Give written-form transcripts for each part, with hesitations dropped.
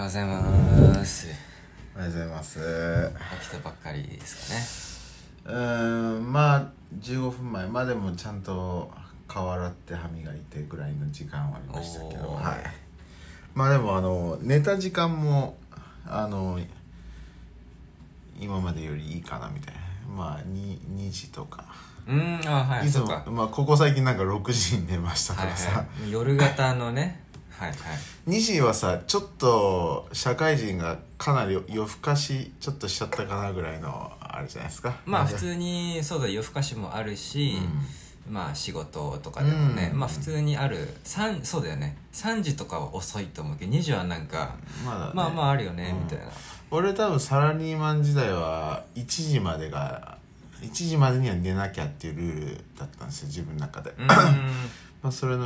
ようございます。 おはようございます。 起きたばっかりですかね。 まあ15分前、まあでもちゃんと顔洗って歯磨いてぐらいの時間はありましたけど、はい。まあでも寝た時間も今までよりいいかなみたいな。まあ2時とか。 はい、 いつもそうか。 まあここ最近なんか6時に寝ましたからさ。 はいはい、夜型のね。はいはい。 2時はさ、ちょっと社会人がかなり夜更かしちょっとしちゃったかなぐらいのあれじゃないですか。 まあ普通にそうだ、夜更かしもあるし、まあ仕事とかでもね、まあ普通にあるそうだよね、3時とかは遅いと思うけど2時はなんかまだね、 まあまああるよね、みたいな。 俺多分サラリーマン時代は1時までには寝なきゃっていうルールだったんですよ、自分の中で。まあそれの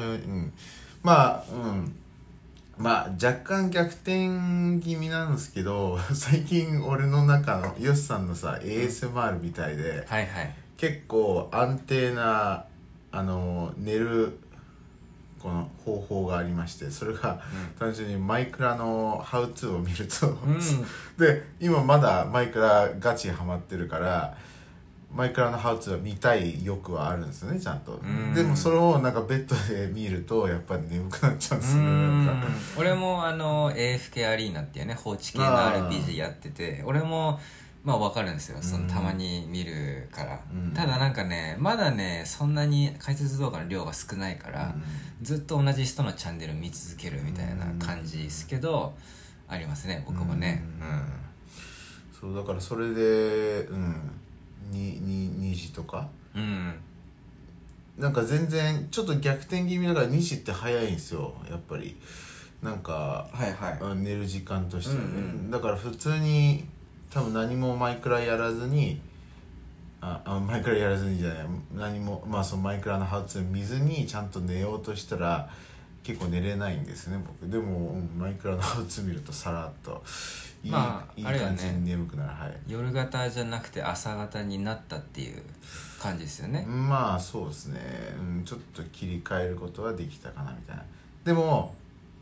まあ若干逆転気味なんですけど、最近俺の中のヨシさんのさ ASMR みたいで、 はいはい、 結構安定な寝るこの方法がありまして、それが単純にマイクラのハウツーを見ると、で今まだマイクラガチハマってるからマイクラのハウツーは見たい欲はあるんですよね、ちゃんと。でもそれをなんかベッドで見るとやっぱり眠くなっちゃうんですよね。なんか俺もAFK アリーナっていうね、放置系の RPG やってて、俺もまあ分かるんですよ、そのたまに見るから、ただなんかね、まだねそんなに解説動画の量が少ないから、ずっと同じ人のチャンネル見続けるみたいな感じですけど、ありますね、僕もね。 そうだからそれで2時とか、なんか全然ちょっと逆転気味だから2時って早いんですよ、やっぱり。なんか、寝る時間としてはね、だから普通に多分何もマイクラやらずにマイクラやらずにじゃない、何もそのマイクラのハウツー見ずにちゃんと寝ようとしたら結構寝れないんですね、僕。でも、マイクラのハウツー見るとさらっといい感じに眠くなる。はい、 夜型じゃなくて朝型になったっていう感じですよね。 まあそうですね、ちょっと切り替えることはできたかなみたいな。でも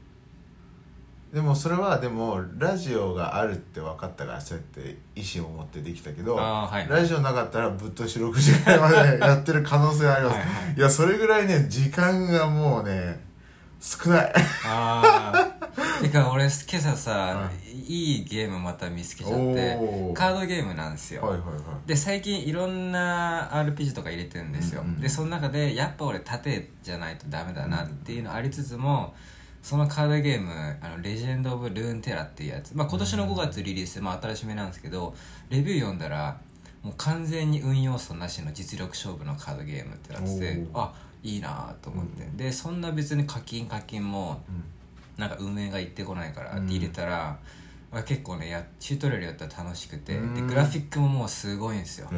それはラジオがあるって分かったからそうやって意思を持ってできたけど、ラジオなかったらぶっ通し6時ぐらいまでやってる可能性あります。いや、それぐらいね、時間がもうね少ない。 てか俺今朝さ、いいゲームまた見つけちゃって、カードゲームなんですよ。で最近いろんな RPG とか入れてるんですよ。でその中でやっぱ俺盾じゃないとダメだなっていうのありつつも、そのカードゲームレジェンド・オブ・ルーンテラっていうやつ、今年の5月リリースで、新しめなんですけど、レビュー読んだらもう完全に運要素なしの実力勝負のカードゲームってなってて、いいなと思って、でそんな別に課金もなんか運営が言ってこないからって入れたら、結構ねチュートリアルやったら楽しくて、でグラフィックももうすごいんですよ。カ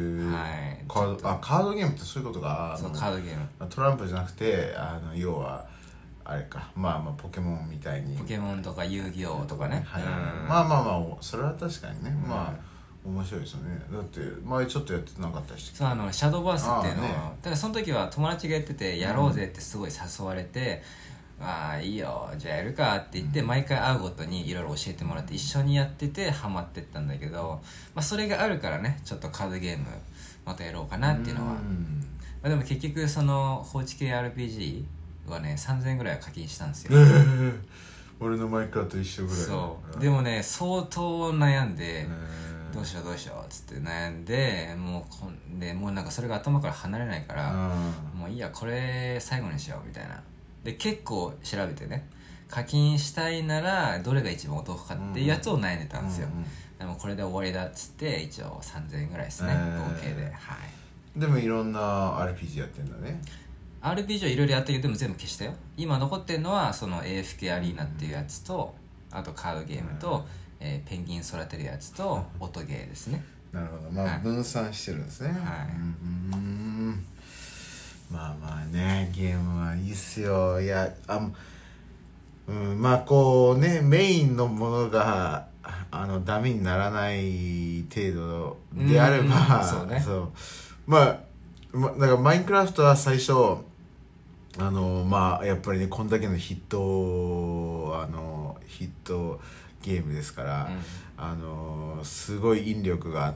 ードゲームってそういうことか。 そう、カードゲーム、 トランプじゃなくて要はあれか、ポケモンみたいに、 ポケモンとか遊戯王とかね。 それは確かにね、面白いですよね。だって前ちょっとやってなかったし、 そうシャドーバースっていうのを、ただその時は友達がやっててやろうぜってすごい誘われて、いいよじゃあやるかって言って、毎回会うごとにいろいろ教えてもらって一緒にやっててハマってったんだけど、それがあるからね、ちょっとカードゲームまたやろうかなっていうのは。でも結局その放置系 RPGはね3000円ぐらいは課金したんですよ。 俺のマイクラと一緒ぐらい。 そうでもね相当悩んで、どうしようっつって悩んで、もうなんかそれが頭から離れないから、もういいやこれ最後にしようみたいな。で結構調べてね、課金したいならどれが一番お得かっていうやつを悩んでたんですよ。でもこれで終わりだっつって一応3000円ぐらいですね、合計で。 でもいろんな RPG やってんだね。 RPG はいろいろやったけど、でも全部消したよ。今残ってるのはその AFK アリーナっていうやつと、あとカードゲームと、ペンギン育てるやつと音ゲーですね。 なるほど、分散してるんですね。ね、ゲームはいいっすよ。いやこうね、メインのものがダメにならない程度であれば、だからマインクラフトは最初やっぱりね、こんだけのヒットをヒットゲームですから、すごい引力があって、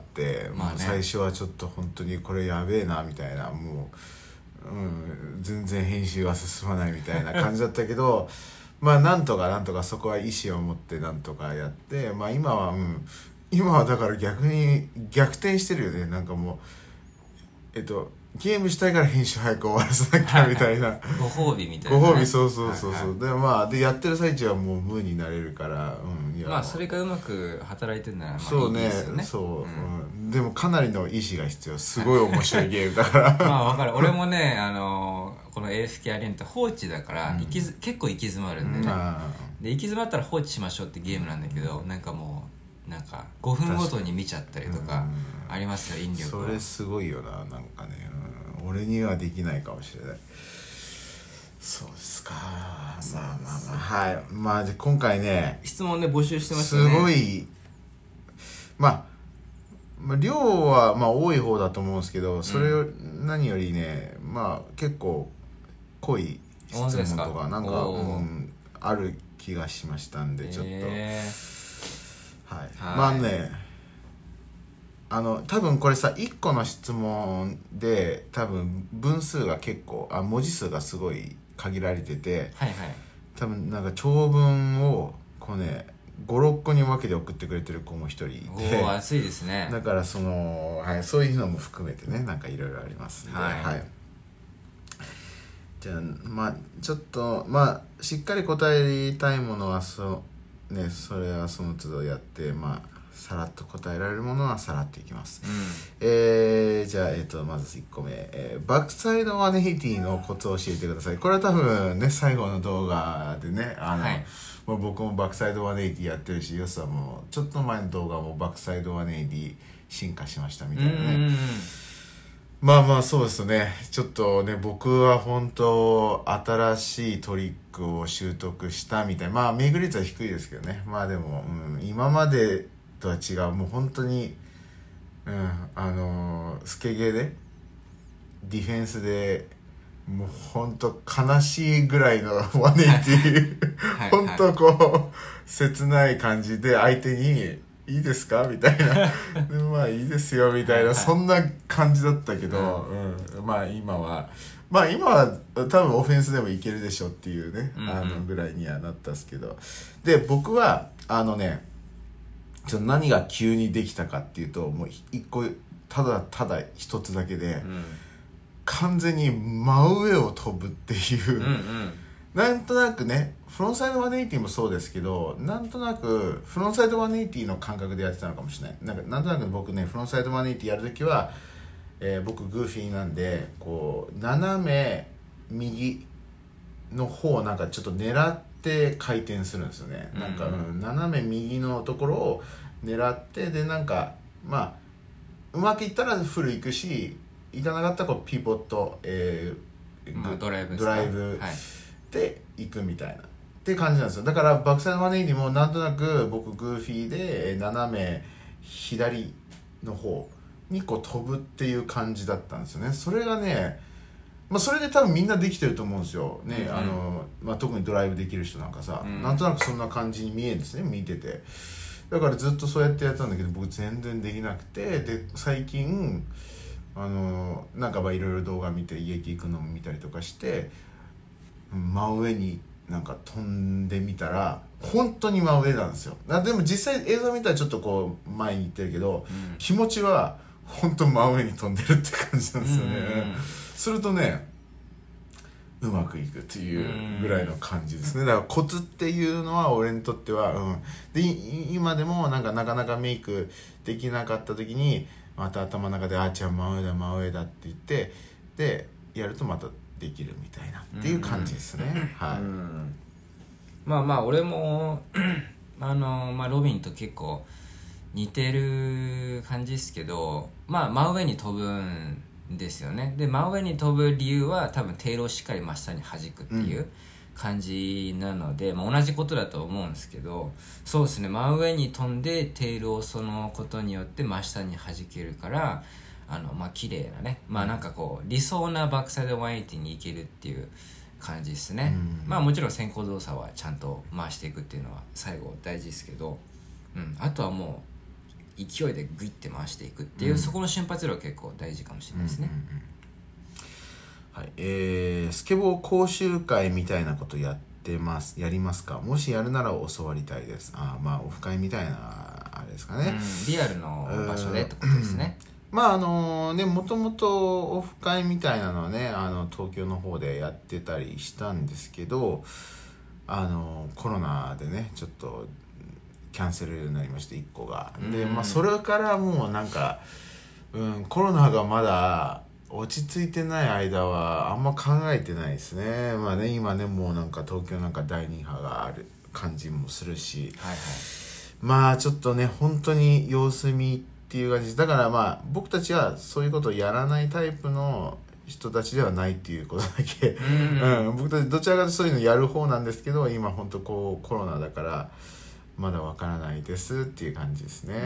まあね、最初はちょっと本当にこれやべえなみたいな、もう、全然編集が進まないみたいな感じだったけどまあなんとかそこは意志を持ってなんとかやって、まあ今はだから逆に逆転してるよね。なんかもうゲームしたいから編集早く終わらせなきゃみたいなご褒美みたいな、ね、 ご褒美、そう、でまあでやってる最中はもう無になれるから、 まあそれがうまく働いてるならまあいいですよね。 そう、でもかなりの意志が必要。すごい面白いゲームだからまあ分かる。俺もねこの AFK アリーナって放置だから、結構行き詰まるんでね、で行き詰まったら放置しましょうってゲームなんだけど、なんかもうなんか5分ごとに見ちゃったりとかありますよ、引力は。 それすごいよな。なんかね、俺にはできないかもしれない。そうですか。まあはい。まあ今回ね、 質問で募集してましたね。 すごいまあ量はまあ多い方だと思うんですけど、それを何よりね、まあ結構濃い質問とかなんか、ある気がしましたんで、ちょっと、はい、まあね、多分これさ、1個の質問で多分分数が結構文字数がすごい限られてて、多分なんか長文をこうね5、6個に分けて送ってくれてる子も一人いて、 熱いですね。 だからそういうのも含めてね、なんかいろいろありますんで、じゃあまあちょっとまあしっかり答えたいものはそれはその都度やって、まあさらっと答えられるものはさらっていきます、じゃあまず1個目、バックサイド180のコツを教えてください。これは多分ね最後の動画でねもう僕もバックサイド180やってるし、ヨスはもうちょっと前の動画もバックサイド180進化しましたみたいなね。まあそうですね。ちょっとね、僕は本当新しいトリックを習得したみたいな、まあメイク率は低いですけどね。まあでも、今までとは違う、もう本当にスケゲーでディフェンスでもう本当悲しいぐらいの180本当こう切ない感じで相手にいいですかみたいなまあいいですよみたいな、そんな感じだったけど、まあ今は多分オフェンスでもいけるでしょっていうね、ぐらいにはなったんですけど、で僕はちょっと何が急にできたかっていうと、もう一個ただ一つだけで、完全に真上を飛ぶっていう、なんとなくね、フロントサイド180もそうですけど、なんとなくフロントサイド180の感覚でやってたのかもしれない。なんとなく僕ね、フロントサイド180やるときは、僕グーフィーなんで、こう斜め右の方をなんかちょっと狙って回転するんですよね。なんか、斜め右のところを狙って、でなんかまあうまくいったらフル行くし、いかなかったらこうピボット、 ドライブで行くみたいなって感じなんですよ。だからバックサイド180もなんとなく僕グーフィーで斜め左の方にこう飛ぶっていう感じだったんですよね。それがね、まあ、それで多分みんなできてると思うんですよね。まあ、特にドライブできる人なんかさ、なんとなくそんな感じに見えるんですね、見てて。だからずっとそうやってやったんだけど、僕全然できなくて、で最近なんかいろいろ動画見て家行くのも見たりとかして、真上になんか飛んでみたら本当に真上なんですよ。でも実際映像見たらちょっとこう前に行ってるけど、気持ちは本当真上に飛んでるって感じなんですよね。するとね、うまくいくっていうぐらいの感じですね。だからコツっていうのは俺にとっては、で今でもなんかなかなかメイクできなかった時にまた頭の中で「あーちゃん真上だ」って言って、でやるとまたできるみたいなっていう感じですね。 まあ俺もロビンと結構似てる感じですけど、まあ真上に飛ぶんですよね。で真上に飛ぶ理由は多分テールをしっかり真下に弾くっていう感じなので、まあ、同じことだと思うんですけど、そうですね、真上に飛んでテールをそのことによって真下に弾けるから、まあ綺麗なね、まあなんかこう理想なバックサイド180に行けるっていう感じですね、まあもちろん先行動作はちゃんと回していくっていうのは最後大事ですけど、あとはもう勢いでグイッて回していくっていう、そこの瞬発力結構大事かもしれないですね。 はい、スケボー講習会みたいなことやりますか？もしやるなら教わりたいです。まあオフ会みたいなあれですかね、 リアルの場所でってことですね。 まあね、もともとオフ会みたいなのはね、東京の方でやってたりしたんですけど、コロナでねちょっとキャンセルになりまして1個が。で、まあそれからもうなんか、コロナがまだ落ち着いてない間はあんま考えてないですね。まあね、今ねもうなんか東京なんか第2波がある感じもするし、まあちょっとね本当に様子見っていう感じだから、まあ僕たちはそういうことをやらないタイプの人たちではないっていうことだけ、僕たちどちらかというとそういうのやる方なんですけど、今本当こうコロナだからまだわからないですっていう感じですね。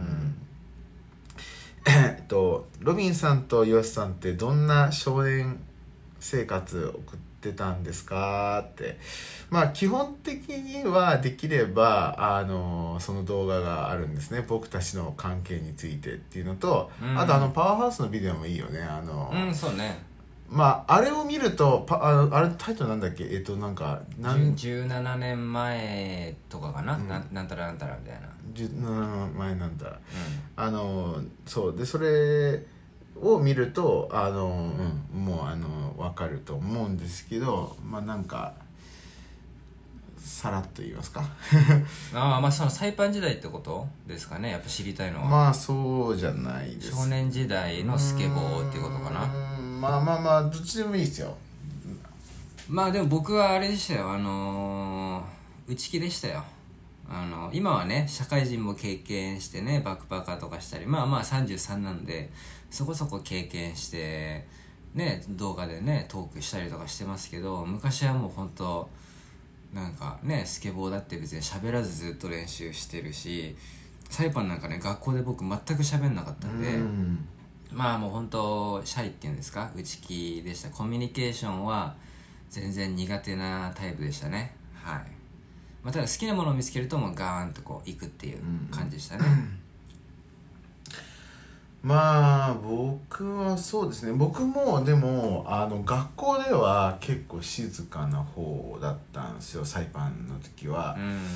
ロビンさんとヨシさんってどんな少年生活を送ってたんですかって。まあ基本的にはできればその動画があるんですね、僕たちの関係についてっていうのと、あとパワーハウスのビデオもいいよね。 そうね。 まああれを見るとあれタイトルなんだっけ、なんか 17年前とかかな、なんたらなんたらみたいな、 17年前なんだ、そうでそれを見るともう分かると思うんですけど、まあなんかさらっと言いますかまあそのサイパン時代ってことですかね、やっぱ知りたいのは。 まあそうじゃないです。 少年時代のスケボーっていうことかな。 まあどっちでもいいですよ。 まあでも僕はあれでしたよ、内気でしたよ。今はね社会人も経験してね、バックパッカーとかしたり、まあ33なんでそこそこ経験してね、動画でねトークしたりとかしてますけど、昔はもう本当なんかね、スケボーだって別に喋らずずっと練習してるし、サイパンなんかね学校で僕全く喋んなかったんで、まあもう本当シャイっていうんですか、内気でした。コミュニケーションは全然苦手なタイプでしたね。はい。まあ、ただ好きなものを見つけるともうガーンとこう行くっていう感じでしたね。 まあ僕はそうですね、僕もでも学校では結構静かな方だったんですよ、サイパンの時は。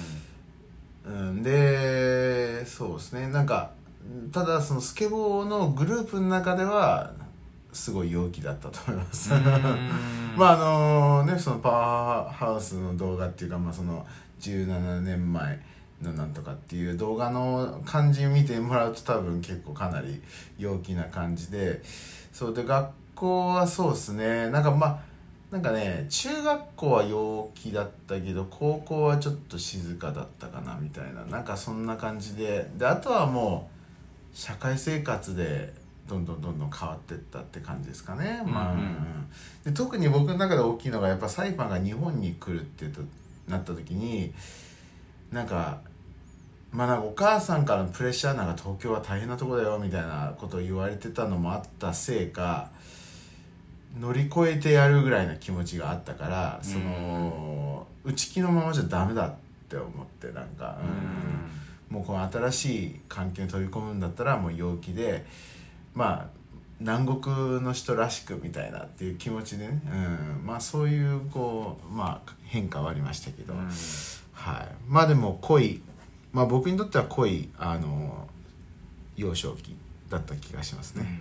でそうですね、なんかただそのスケボーのグループの中ではすごい陽気だったと思いますまあね、そのパワーハウスの動画っていうか、まあその17年前のなんとかっていう動画の感じ見てもらうと多分結構かなり陽気な感じで、そうで学校はそうですね、なんかね中学校は陽気だったけど高校はちょっと静かだったかなみたいな、なんかそんな感じで、あとはもう社会生活でどんどん変わっていったって感じですかね。で特に僕の中で大きいのがやっぱサイパンが日本に来るってなった時になんかお母さんからのプレッシャーなんか東京は大変なとこだよみたいなことを言われてたのもあったせいか、乗り越えてやるぐらいの気持ちがあったから、その内気のままじゃダメだって思って、なんかもうこの新しい環境に飛び込むんだったらもう陽気で、まあ南国の人らしくみたいなっていう気持ちでね、まあそういうこう変化はありましたけど、はい。まあでも僕にとっては濃い幼少期だった気がしますね。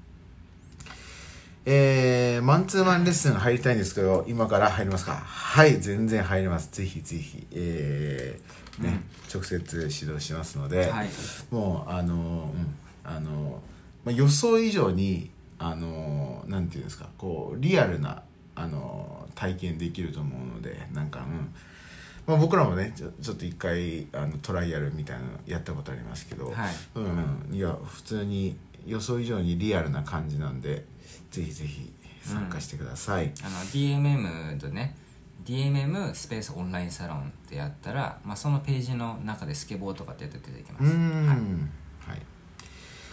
マンツーマンレッスン入りたいんですけど今から入りますか？はい、全然入ります。ぜひぜひ直接指導しますので、もう予想以上になんていうんですか、こうリアルな体験できると思うので、なんか僕らもねちょっと一回トライアルみたいなのやったことありますけど、いや普通に予想以上にリアルな感じなんで、ぜひぜひ参加してください。 DMM とね、DMM スペースオンラインサロンってやったら、そのページの中でスケボーとかって出てきます。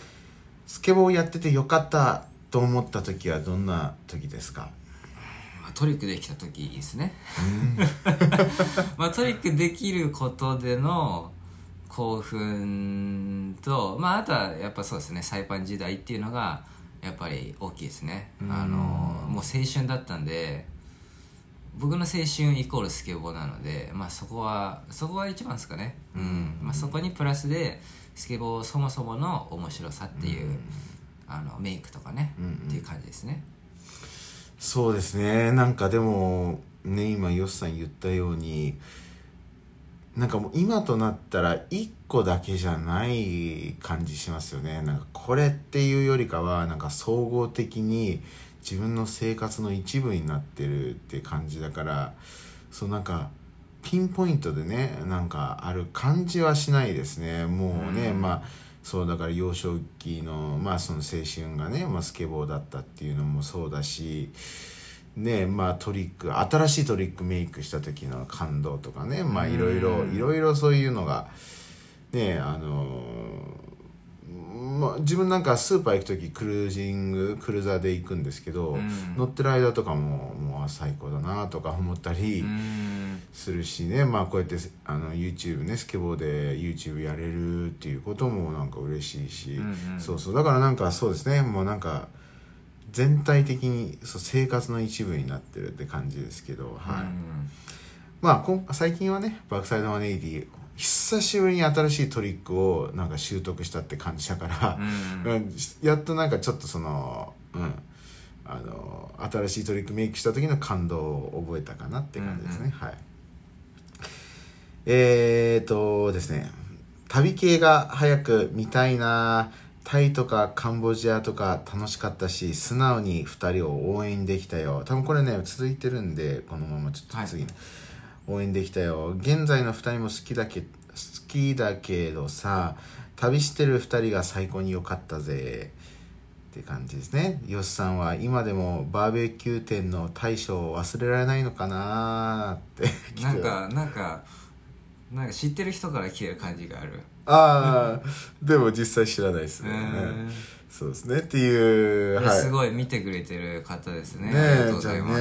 スケボーやっててよかったと思った時はどんな時ですか？ トリックできた時ですねまあトリックできることでの興奮と、まああとはやっぱそうですね、サイパン時代っていうのがやっぱり大きいですね。もう青春だったんで、僕の青春イコールスケボーなので、まあそこは一番ですかね。まあそこにプラスでスケボーそもそもの面白さっていう、メイクとかね、っていう感じですね。 そうですね。なんかでもね、今ヨスさん言ったように、なんかもう今となったら1個だけじゃない感じしますよね。なんかこれっていうよりかは、なんか総合的に自分の生活の一部になってるって感じだから、そうなんかピンポイントでね、なんかある感じはしないですね。もうね、まあそうだから幼少期のまあその青春がね、まあ、スケボーだったっていうのもそうだしね、まあ新しいトリックメイクした時の感動とかね、まあいろいろそういうのがね、まあ、自分なんかスーパー行く時クルーザーで行くんですけど、乗ってる間とかもう最高だなとか思ったりするしね、まあこうやってYouTube ね、スケボーで YouTube やれるっていうこともなんか嬉しいし、そうだからなんかそうですね、もうなんか全体的に生活の一部になってるって感じですけど、はい。まあ最近はね、バックサイド180久しぶりに新しいトリックをなんか習得したって感じだから、やっとなんかちょっと新しいトリックメイクした時の感動を覚えたかなって感じですね。はい。ですね、旅系が早く見たいな。タイとかカンボジアとか楽しかったし、素直に2人を応援できたよ。多分これね続いてるんで、このままちょっと次、応援できたよ。現在の2人も好きだけどさ、旅してる2人が最高に良かったぜって感じですね。ヨスさんは今でもバーベキュー店の大将を忘れられないのかなってなんか知ってる人から聞ける感じがある。 でも実際知らないですね。そうですねっていう、 はい、すごい見てくれてる方ですね。ありがとうございます。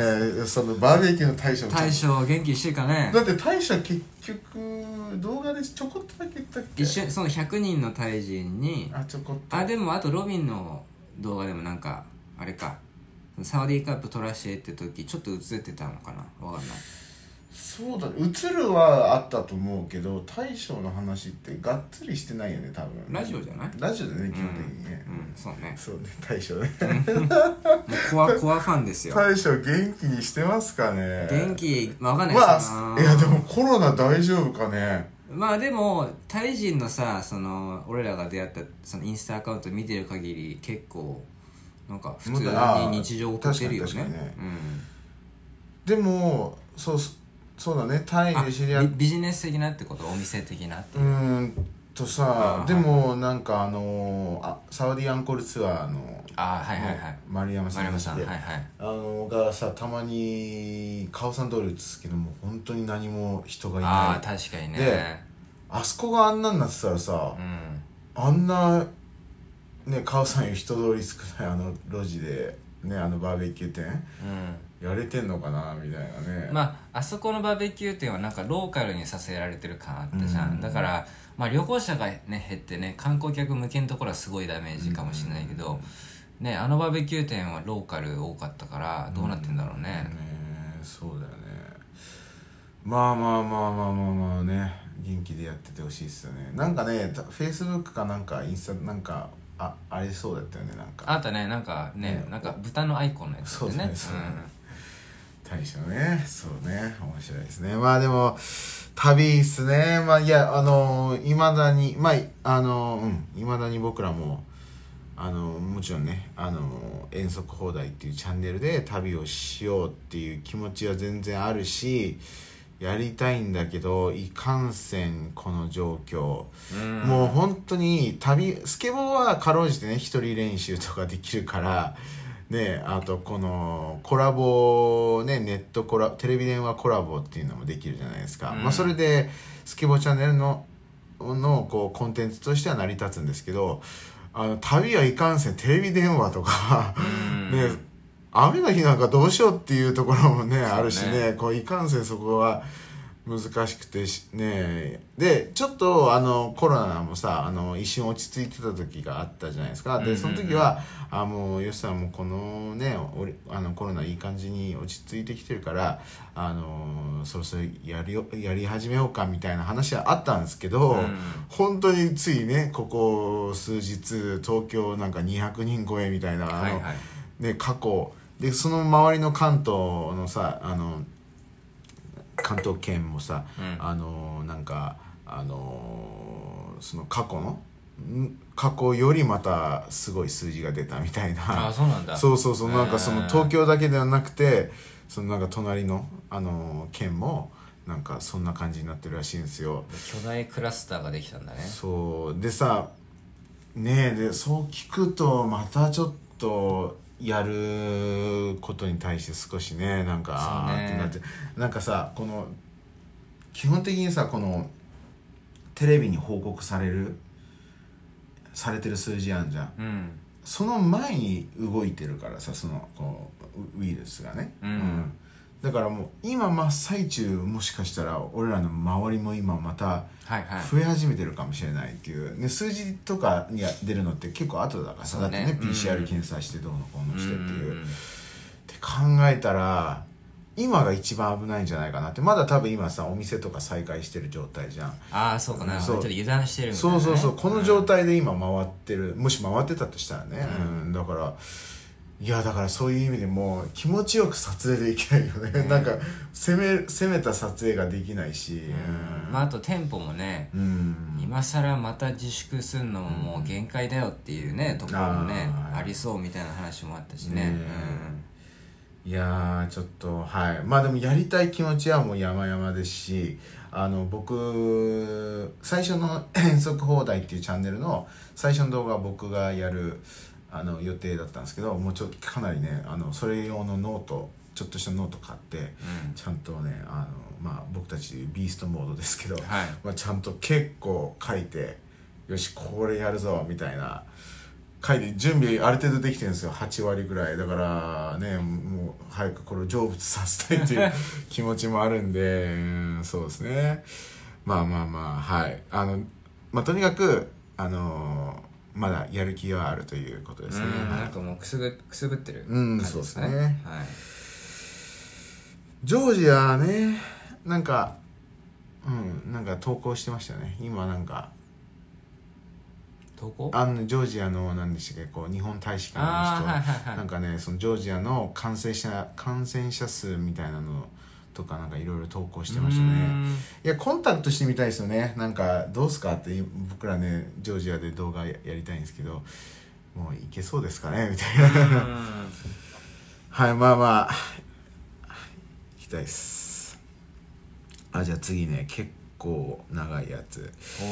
そのバーベキューの大将元気してるかね。 だって大将結局動画でちょこっとだけ言ったっけ。 一瞬その100人のタイ人にちょこっと。 でもあとロビンの動画でもなんかあれか、サウディーカップ取らしてって時ちょっと映ってたのかな、わかんない。 そうだね、映るはあったと思うけど、大将の話ってがっつりしてないよね、多分。 ラジオじゃない？ ラジオでね、基本的にね。 そうね、 大将ね。 もうコアファンですよ。 大将元気にしてますかね。 元気、わかんないですな。いやでもコロナ大丈夫かね。 まあでもタイ人のさ、俺らが出会ったそのインスタアカウント見てる限り結構なんか普通に日常を送ってるよね。 でもそうだね、タイで知り合ってビジネス的なってこと、お店的なっていうでもなんかサウディアンコールツアーの丸山さんがさ、たまにカオさん通り映すけども本当に何も人がいない。 確かにね。 であそこがあんなになってたらさ、あんなね、カオさんより人通り少ない路地でね、バーベキュー店、やれてんのかなみたいなね。 まああそこのバーベキュー店はなんかローカルにさせられてる感あったじゃん。だからまあ旅行者がね減ってね、観光客向けのところはすごいダメージかもしれないけど、ね、バーベキュー店はローカル多かったからどうなってんだろうね。 そうだよね。まあね、元気でやっててほしいっすよね。なんかね、フェイスブックかなんかインスタなんかあれそうだったよね。なんかあったね、なんか豚のアイコンのやつってね。 大将ね、そうね、面白いですね。まあでも旅っすね。まあいやいまだに僕らももちろんね遠足放題っていうチャンネルで旅をしようっていう気持ちは全然あるし、やりたいんだけどいかんせんこの状況、もう本当にスケボーはかろうじてね一人練習とかできるからね、あとこのコラボね、ネットコラテレビ電話コラボっていうのもできるじゃないですか。まあそれでスケボーチャンネルのこうコンテンツとしては成り立つんですけど、旅はいかんせんテレビ電話とかね、 雨の日なんかどうしようっていうところもねあるしね、こういかんせんそこは難しくてね。でちょっとコロナもさ一瞬落ち着いてた時があったじゃないですか。でその時はもうよしさんもこのねコロナいい感じに落ち着いてきてるからそろそろやり始めようかみたいな話はあったんですけど、本当についねここ数日東京なんか200人超えみたいなね過去でその周りの関東のさ関東圏もさ、なんかその過去よりまたすごい数字が出たみたいな。 そうなんだ。 そうなんかその東京だけではなくてそのなんか隣の県もなんかそんな感じになってるらしいんですよ。 巨大クラスターができたんだね。 そうでさねでそう聞くとまたちょっとやることに対して少しねなんかってなって、なんかさこの基本的にさこのテレビに報告されてる数字あんじゃん、その前に動いてるからさそのこうウイルスがね、だからもう今真っ最中もしかしたら俺らの周りも今また増え始めてるかもしれないっていう、ね、数字とかに出るのって結構後だからさ、だってね PCR 検査してどうのこうのしてっていう、って考えたら今が一番危ないんじゃないかなって。まだ多分今さお店とか再開してる状態じゃん。 そうかな、ちょっと油断してるみたいな、ね、そうこの状態で今回ってる、もし回ってたとしたらね、だからだからそういう意味でも気持ちよく撮影できないよね、なんか攻めた撮影ができないし、 あと店舗もね、今更また自粛するのももう限界だよっていうねところもねありそうみたいな話もあったしね。 いやちょっとまあでもやりたい気持ちはもう山々ですし、僕最初の遠足放題っていうチャンネルの最初の動画は僕がやる予定だったんですけど、もうちょっとかなりねそれ用のノートちょっとしたノート買って、ちゃんとねまあ僕たちビーストモードですけど、まあ、ちゃんと結構書いてよしこれやるぞみたいな書いて準備ある程度できてるんですよ、8割ぐらいだからね、もう早くこれを成仏させたいっていう気持ちもあるんでそうですね、まあまあとにかくまだやる気はあるということですね。 なんかもうくすぶってる感じですね。 ジョージアねなんかなんか投稿してましたね今。なんか投稿ジョージアの何でしたっけこう日本大使館の人、なんかねそのジョージアの感染者数みたいなのとかなんかいろいろ投稿してましたね。いやコンタクトしてみたいですよね。なんかどうすかって僕らねジョージアで動画やりたいんですけどもういけそうですかねみたいなまあ行きたいです。じゃあ次ね結構長いやつ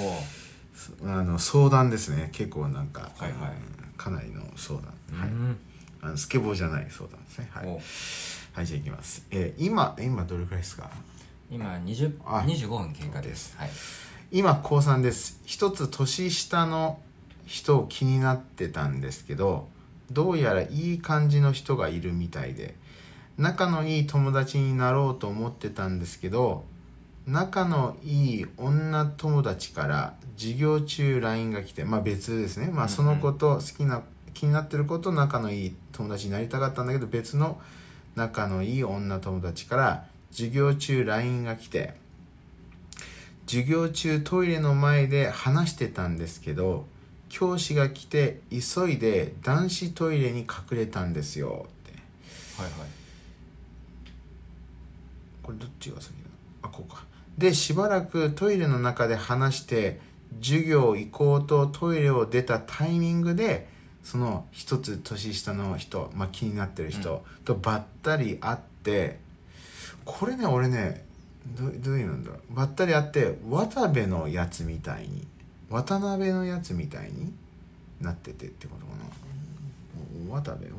相談ですね。結構なんか、かなりの相談、スケボーじゃない相談ですね。じゃあいきます。今どれくらいですか？ 今25分経過です。 今高3です。一つ年下の人気になってたんですけど、どうやらいい感じの人がいるみたいで仲のいい友達になろうと思ってたんですけど、仲のいい女友達から授業中 LINE が来て、別ですね、その子と気になってる子と仲のいい友達になりたかったんだけど、別の仲のいい女友達から授業中 LINE が来て、授業中トイレの前で話してたんですけど、教師が来て急いで男子トイレに隠れたんですよって。これどっちが先だ？こうか。でしばらくトイレの中で話して、授業行こうとトイレを出たタイミングでその一つ年下の人、気になってる人とばったり会って、これね俺ねどういうのだろう、ばったり会って渡辺のやつみたいになっててってことかな。渡辺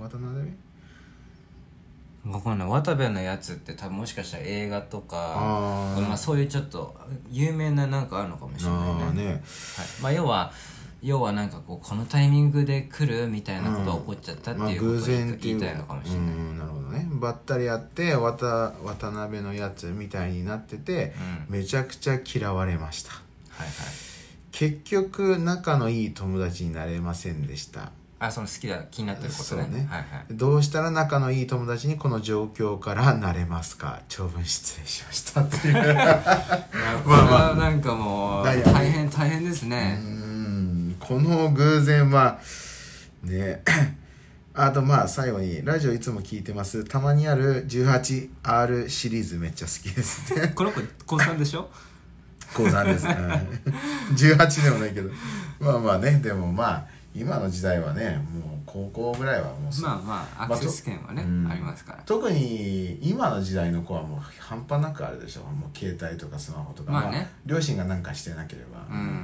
わかんない。渡部のやつって多分もしかしたら映画とかそういうちょっと有名ななんかあるのかもしれないね。要は要はなんかこのタイミングで来るみたいなことが起こっちゃったっていうことを言いたいのかもしれない。 なるほどね。ばったり会って渡辺のやつみたいになってて、めちゃくちゃ嫌われました。はいはい。結局仲のいい友達になれませんでした。 その気になってることね。そうね。はいはい。 どうしたら仲のいい友達にこの状況からなれますか。長文失礼しましたっていう。 まあなんかもう大変ですね。 この偶然はね。あと最後にラジオいつも聞いてます。たまにある 18R シリーズめっちゃ好きですね。 この子高3でしょ。 高3です。18でもないけどね。でも今の時代はね、もう高校ぐらいはもうアクセス権はね、ありますから。 特に今の時代の子はもう半端なくあるでしょ。もう携帯とかスマホとか、両親が何かしてなければ、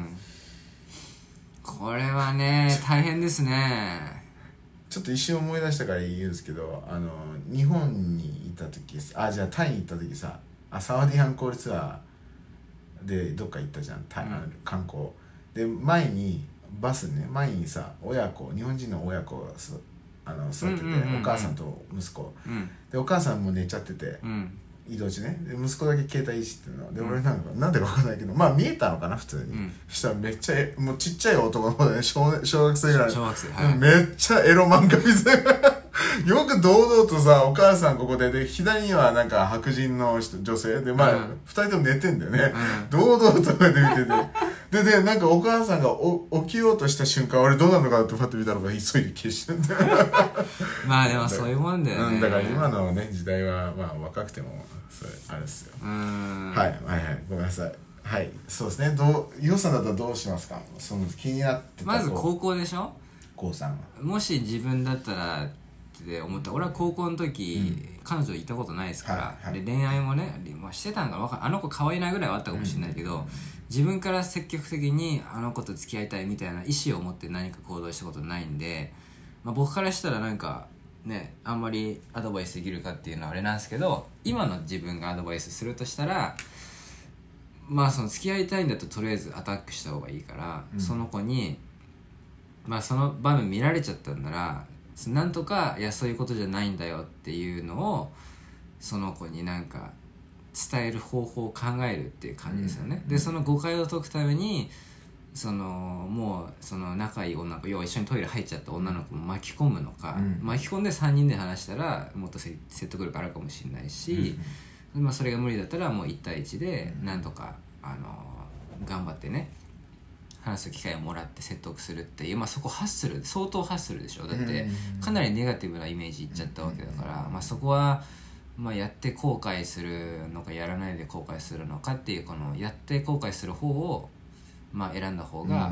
これはね大変ですね。 ちょっと一瞬思い出したから言うんですけど、日本に行った時、じゃあタイに行った時さ、サワディアンコールツアーでどっか行ったじゃん、観光で。前にバスね、前にさ日本人の親子が座ってて、お母さんと息子、でお母さんも寝ちゃってて、移動中ね、で息子だけ携帯いじってるので、俺なんでか分かんないけど見えたのかな普通に、そしたらめっちゃもうちっちゃい男の子でね、小学生ぐらい、めっちゃエロ漫画見せよく堂々とさ、お母さんここで左にはなんか白人の女性で、2人とも寝てんだよね、堂々とこうやって見てて、でなんかお母さんが起きようとした瞬間、俺どうなのかなってパッと見たのが急いで消してんだよ。 でもそういうもんだよね。 だから今のね時代は若くてもそれあれですよ。はいごめんなさい。はい、そうですね。予算だったらどうしますか。その気になってた。 まず高校でしょ。 高3。 もし自分だったらって思った。俺は高校の時、彼女いたことないですから、で恋愛もね、してたんかあの子可愛いなぐらいはあったかもしれないけど、自分から積極的にあの子と付き合いたいみたいな意思を持って何か行動したことないんで、僕からしたらなんかね、あんまりアドバイスできるかっていうのはあれなんですけど、今の自分がアドバイスするとしたら、その付き合いたいんだととりあえずアタックした方がいいから、その子にその場面見られちゃったんなら、なんとかそういうことじゃないんだよっていうのをその子になんか伝える方法を考えるっていう感じですよね。でその誤解を解くためにもうその仲いい女の子、要は一緒にトイレ入っちゃった女の子も巻き込むのか、巻き込んで3人で話したらもっと説得力あるかもしれないし、それが無理だったらもう1対1でなんとか頑張ってね話す機会をもらって説得するっていう、そこ相当ハッスルでしょ。だってかなりネガティブなイメージいっちゃったわけだから、そこはやって後悔するのかやらないで後悔するのかっていう、このやって後悔する方を選んだ方が、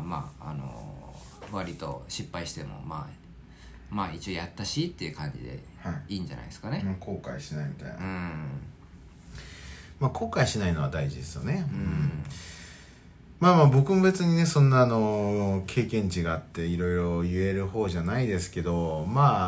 割と失敗しても一応やったしっていう感じでいいんじゃないですかね。 後悔しないみたいな。後悔しないのは大事ですよね。僕も別にねそんな経験値があっていろいろ言える方じゃないですけど、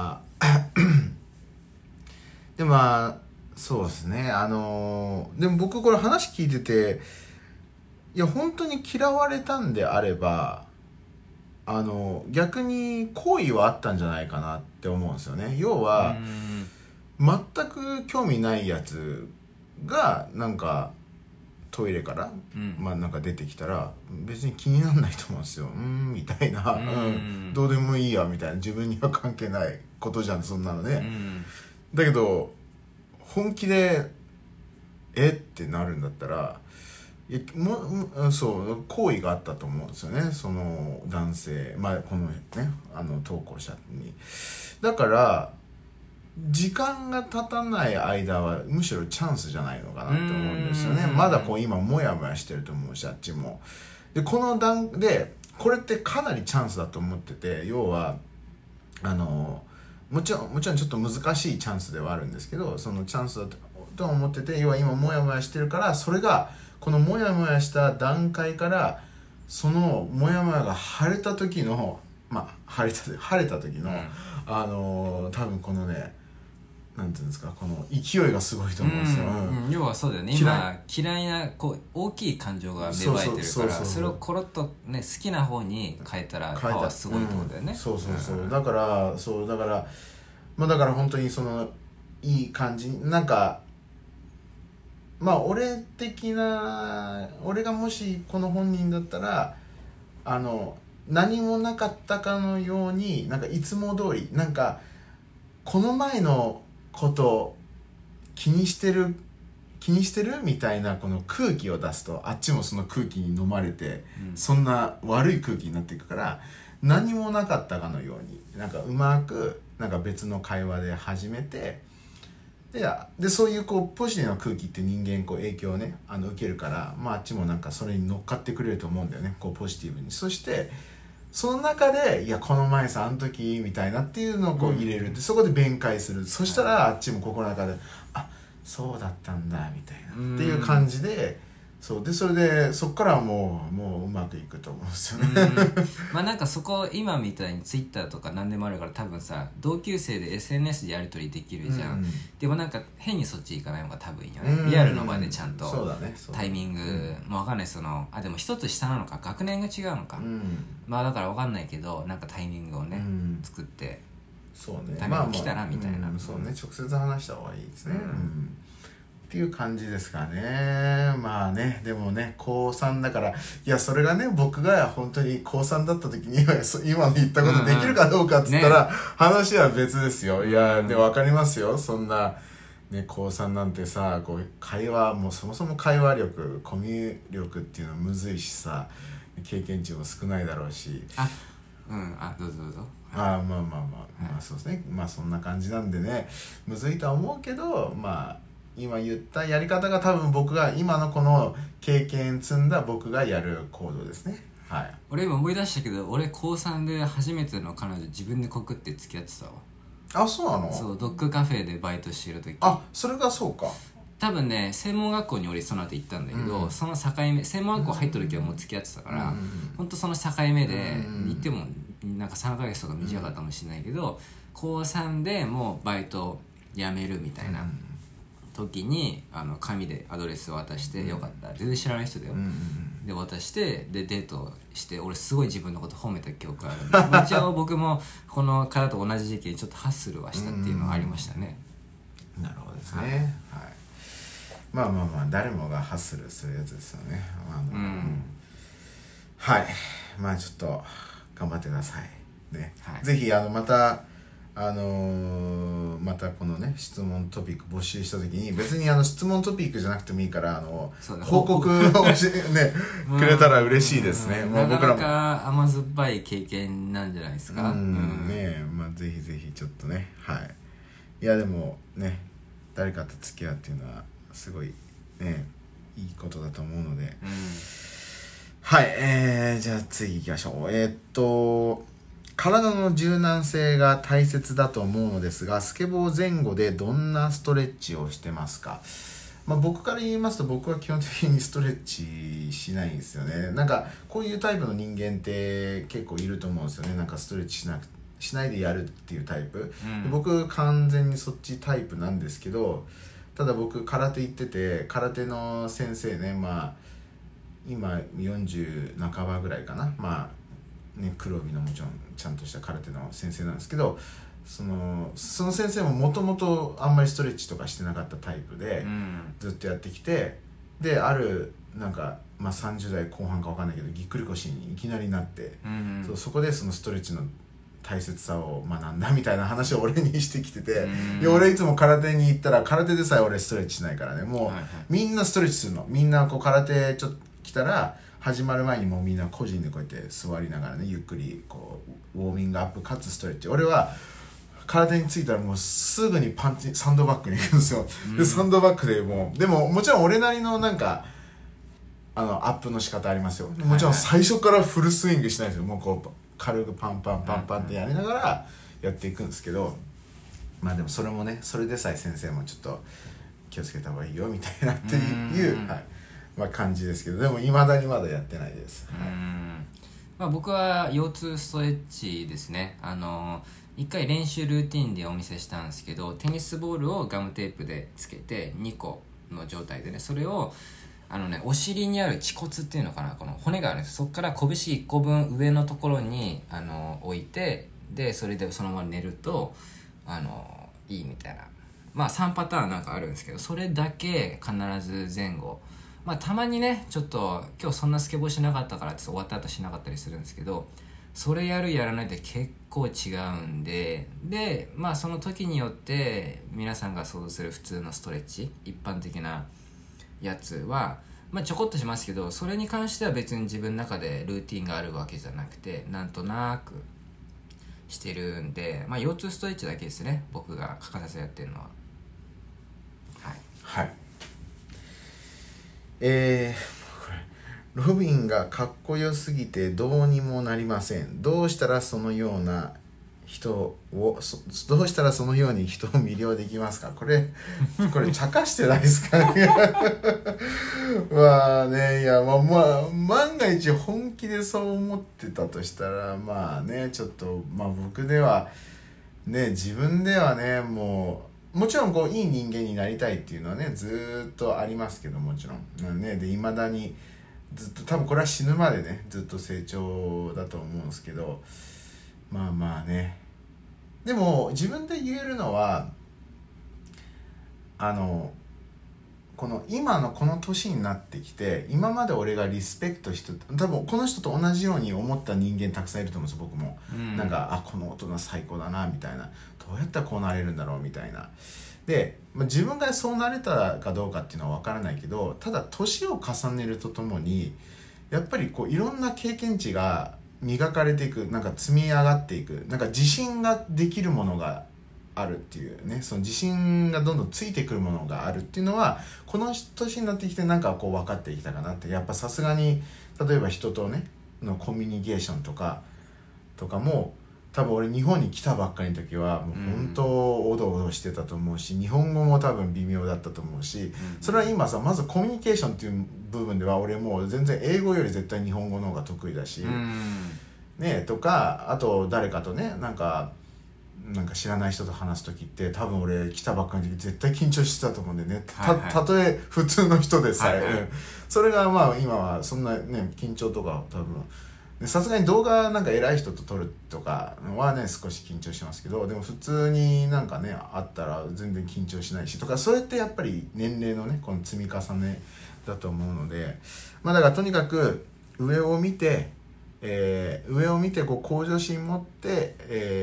でそうですね。でも僕これ話聞いてて、いや本当に嫌われたんであれば逆に好意はあったんじゃないかなって思うんですよね。要は全く興味ないやつがなんかトイレから、なんか出てきたら別に気にならないと思うんですよ。みたいな、どうでもいいやみたいな、自分には関係ないことじゃんそんなのね。だけど本気でってなるんだったら、そう好意があったと思うんですよね、その男性、このね投稿者に。だから時間が経たない間はむしろチャンスじゃないのかなって思うんですよね。まだ今モヤモヤしてると思うし、あっちも。でこれってかなりチャンスだと思ってて、要はもちろんちょっと難しいチャンスではあるんですけど、そのチャンスだと思ってて、要は今モヤモヤしてるから、それがこのモヤモヤした段階からそのモヤモヤが晴れた時の晴れた時の多分このねなんていうんですか、この勢いがすごいと思うんですよ、 要はそうだよね、今嫌いなこう大きい感情が芽生えてるから、それをコロッとね好きな方に変えたらパワーすごいってことだよね、 そう、だからまあだから本当にそのいい感じ、なんかまあ俺がもしこの本人だったら何もなかったかのように、なんかいつも通り、なんかこの前のこと気にしてるみたいなこの空気を出すと、あっちもその空気に飲まれて、そんな悪い空気になっていくから、何もなかったかのように、なんかうまくなんか別の会話で始めて、でそういうこうポジティブな空気って人間こう影響をね受けるから、まああっちもなんかそれに乗っかってくれると思うんだよね、こうポジティブに。そしてその中で、いやこの前さあの時みたいなっていうのをこう入れる、でそこで弁解する。そしたらあっちも心の中で、あ、そうだったんだみたいなっていう感じで、そうで、それでそっからはもううまくいくと思うんですよね。 まあなんかそこ今みたいにツイッターとか何でもあるから、多分さ同級生で SNS でやり取りできるじゃん、でもなんか変にそっち行かないのが多分いいよね、リアルの場でちゃんとタイミング、もう分かんない、でも一つ下なのか学年が違うのか、まあだから分かんないけど、なんかタイミングをね、作ってそうね、 タイミング来たらみたいな、 そうね、直接話した方がいいですね、っていう感じですかね。まあね、でもね、高3だから、いや、それがね、僕が本当に高3だった時に、今の言ったことできるかどうかっつったら、話は別ですよ。いや、で、わかりますよ。そんな、ね、高3なんてさ、こう、会話、もうそもそも会話力、コミュ力っていうのはむずいしさ、経験値も少ないだろうし。 どうぞどうぞ。 まあ、そうですね。まあ、そんな感じなんでね、むずいとは思うけど、まあ、今言ったやり方が多分僕が今のこの経験積んだ僕がやる行動ですね。はい。 俺今思い出したけど、俺高3で初めての彼女自分で告って付き合ってたわ。 あ、そうなの？ そう、ドッグカフェでバイトしてる時。 あ、それがそうか。 多分ね、専門学校に俺その後行ったんだけど、その境目、専門学校入った時はもう付き合ってたから、ほんとその境目で、行ってもなんか3ヶ月とか短かったかもしれないけど、高3でもうバイト辞めるみたいな時に紙でアドレスを渡して、よかった、全然知らない人だよ、で渡して、でデートして、俺すごい自分のこと褒めた記憶があるんで、一応僕もこの方と同じ時期にちょっとハッスルはしたっていうのはありましたね。 なるほどですね。はい。まあ誰もがハッスルするやつですよね。はい。まあちょっと頑張ってくださいね。ぜひまたまたこのね質問トピック募集した時に、別に質問トピックじゃなくてもいいから報告をねくれたら嬉しいですね。 なかなか甘酸っぱい経験なんじゃないですか。 ね、まあぜひぜひちょっとね、はい。いやでもね、誰かと付き合うっていうのはすごいねいいことだと思うので、はい、じゃあ次行きましょう。体の柔軟性が大切だと思うのですが、スケボー前後でどんなストレッチをしてますか？まあ、僕から言いますと、僕は基本的にストレッチしないんですよね。なんかこういうタイプの人間って結構いると思うんですよね。なんかストレッチしないでやるっていうタイプ、僕完全にそっちタイプなんですけど、ただ僕空手行ってて、空手の先生ね、まあ今40半ばぐらいかな、まあね、黒帯のもちろんちゃんとした空手の先生なんですけど、その先生ももともとあんまりストレッチとかしてなかったタイプで、ずっとやってきて、であるなんか、まあ、30代後半か分かんないけどぎっくり腰にいきなりなって、そこでそのストレッチの大切さを学んだみたいな話を俺にしてきてて、俺いつも空手に行ったら、空手でさえ俺ストレッチしないからね、もう、みんなストレッチするの。みんなこう空手ちょっと来たら始まる前にもうみんな個人でこうやって座りながらね、ゆっくりこうウォーミングアップかつストレッチ。俺は空手に着いたらもうすぐにサンドバッグに行くんですよ。でサンドバッグででももちろん俺なりのなんかアップの仕方ありますよ。もちろん最初からフルスイングしないですよ。もうこう軽くパンパンってやりながらやっていくんですけど、まあでもそれもね、それでさえ先生もちょっと気をつけた方がいいよみたいなっていう、はい、まあ感じですけど、でも未だにまだやってないです。 僕は腰痛ストレッチですね。一回練習ルーティンでお見せしたんですけど、テニスボールをガムテープでつけて2個の状態でね、それをお尻にある恥骨っていうのかな、この骨があるんです。そこから拳1個分上のところに置いて、でそれでそのまま寝るといいみたいな、3パターンなんかあるんですけど、それだけ必ず前後、たまにねちょっと今日そんなスケボーしなかったからって終わった後しなかったりするんですけど、それやるやらないって結構違うんで、その時によって皆さんが想像する普通のストレッチ、一般的なやつはちょこっとしますけど、それに関しては別に自分の中でルーティンがあるわけじゃなくて、なんとなくしてるんで、腰痛ストレッチだけですね、僕が欠かさずやってるのは。 はい、これロビンがかっこよすぎてどうにもなりません。どうしたらそのように人を魅了できますか。これ茶化してないですかね。いや万が一本気でそう思ってたとしたらちょっと僕ではね、自分ではね、もちろんいい人間になりたいっていうのはねずーっとありますけど、もちろんね、で未だにずっと、多分これは死ぬまでねずっと成長だと思うんですけど、ね、でも自分で言えるのはこの今のこの年になってきて、今まで俺がリスペクトして多分この人と同じように思った人間たくさんいると思うんですよ、僕も。この大人最高だなみたいな、どうやったらこうなれるんだろうみたいな。で、自分がそうなれたかどうかっていうのは分からないけど、ただ年を重ねるとともにやっぱりいろんな経験値が磨かれていく、積み上がっていく、自信ができるものがあるっていうね、その自信がどんどんついてくるものがあるっていうのはこの年になってきて分かってきたかなって。やっぱさすがに例えば人とねのコミュニケーションとかも、多分俺日本に来たばっかりの時はもう本当おどおどしてたと思うし、日本語も多分微妙だったと思うし、それは今さ、まずコミュニケーションっていう部分では俺もう全然英語より絶対日本語の方が得意だし、ね、とか、あと誰かとねなんか知らない人と話す時って多分俺来たばっかりの時絶対緊張してたと思うんでね、たとえ普通の人でさえ、それが今はそんなね緊張とか多分さすがに動画偉い人と撮るとかはね少し緊張しますけど、でも普通にねあったら全然緊張しないしとか、それってやっぱり年齢のねこの積み重ねだと思うので、だからとにかく上を見て向上心持って、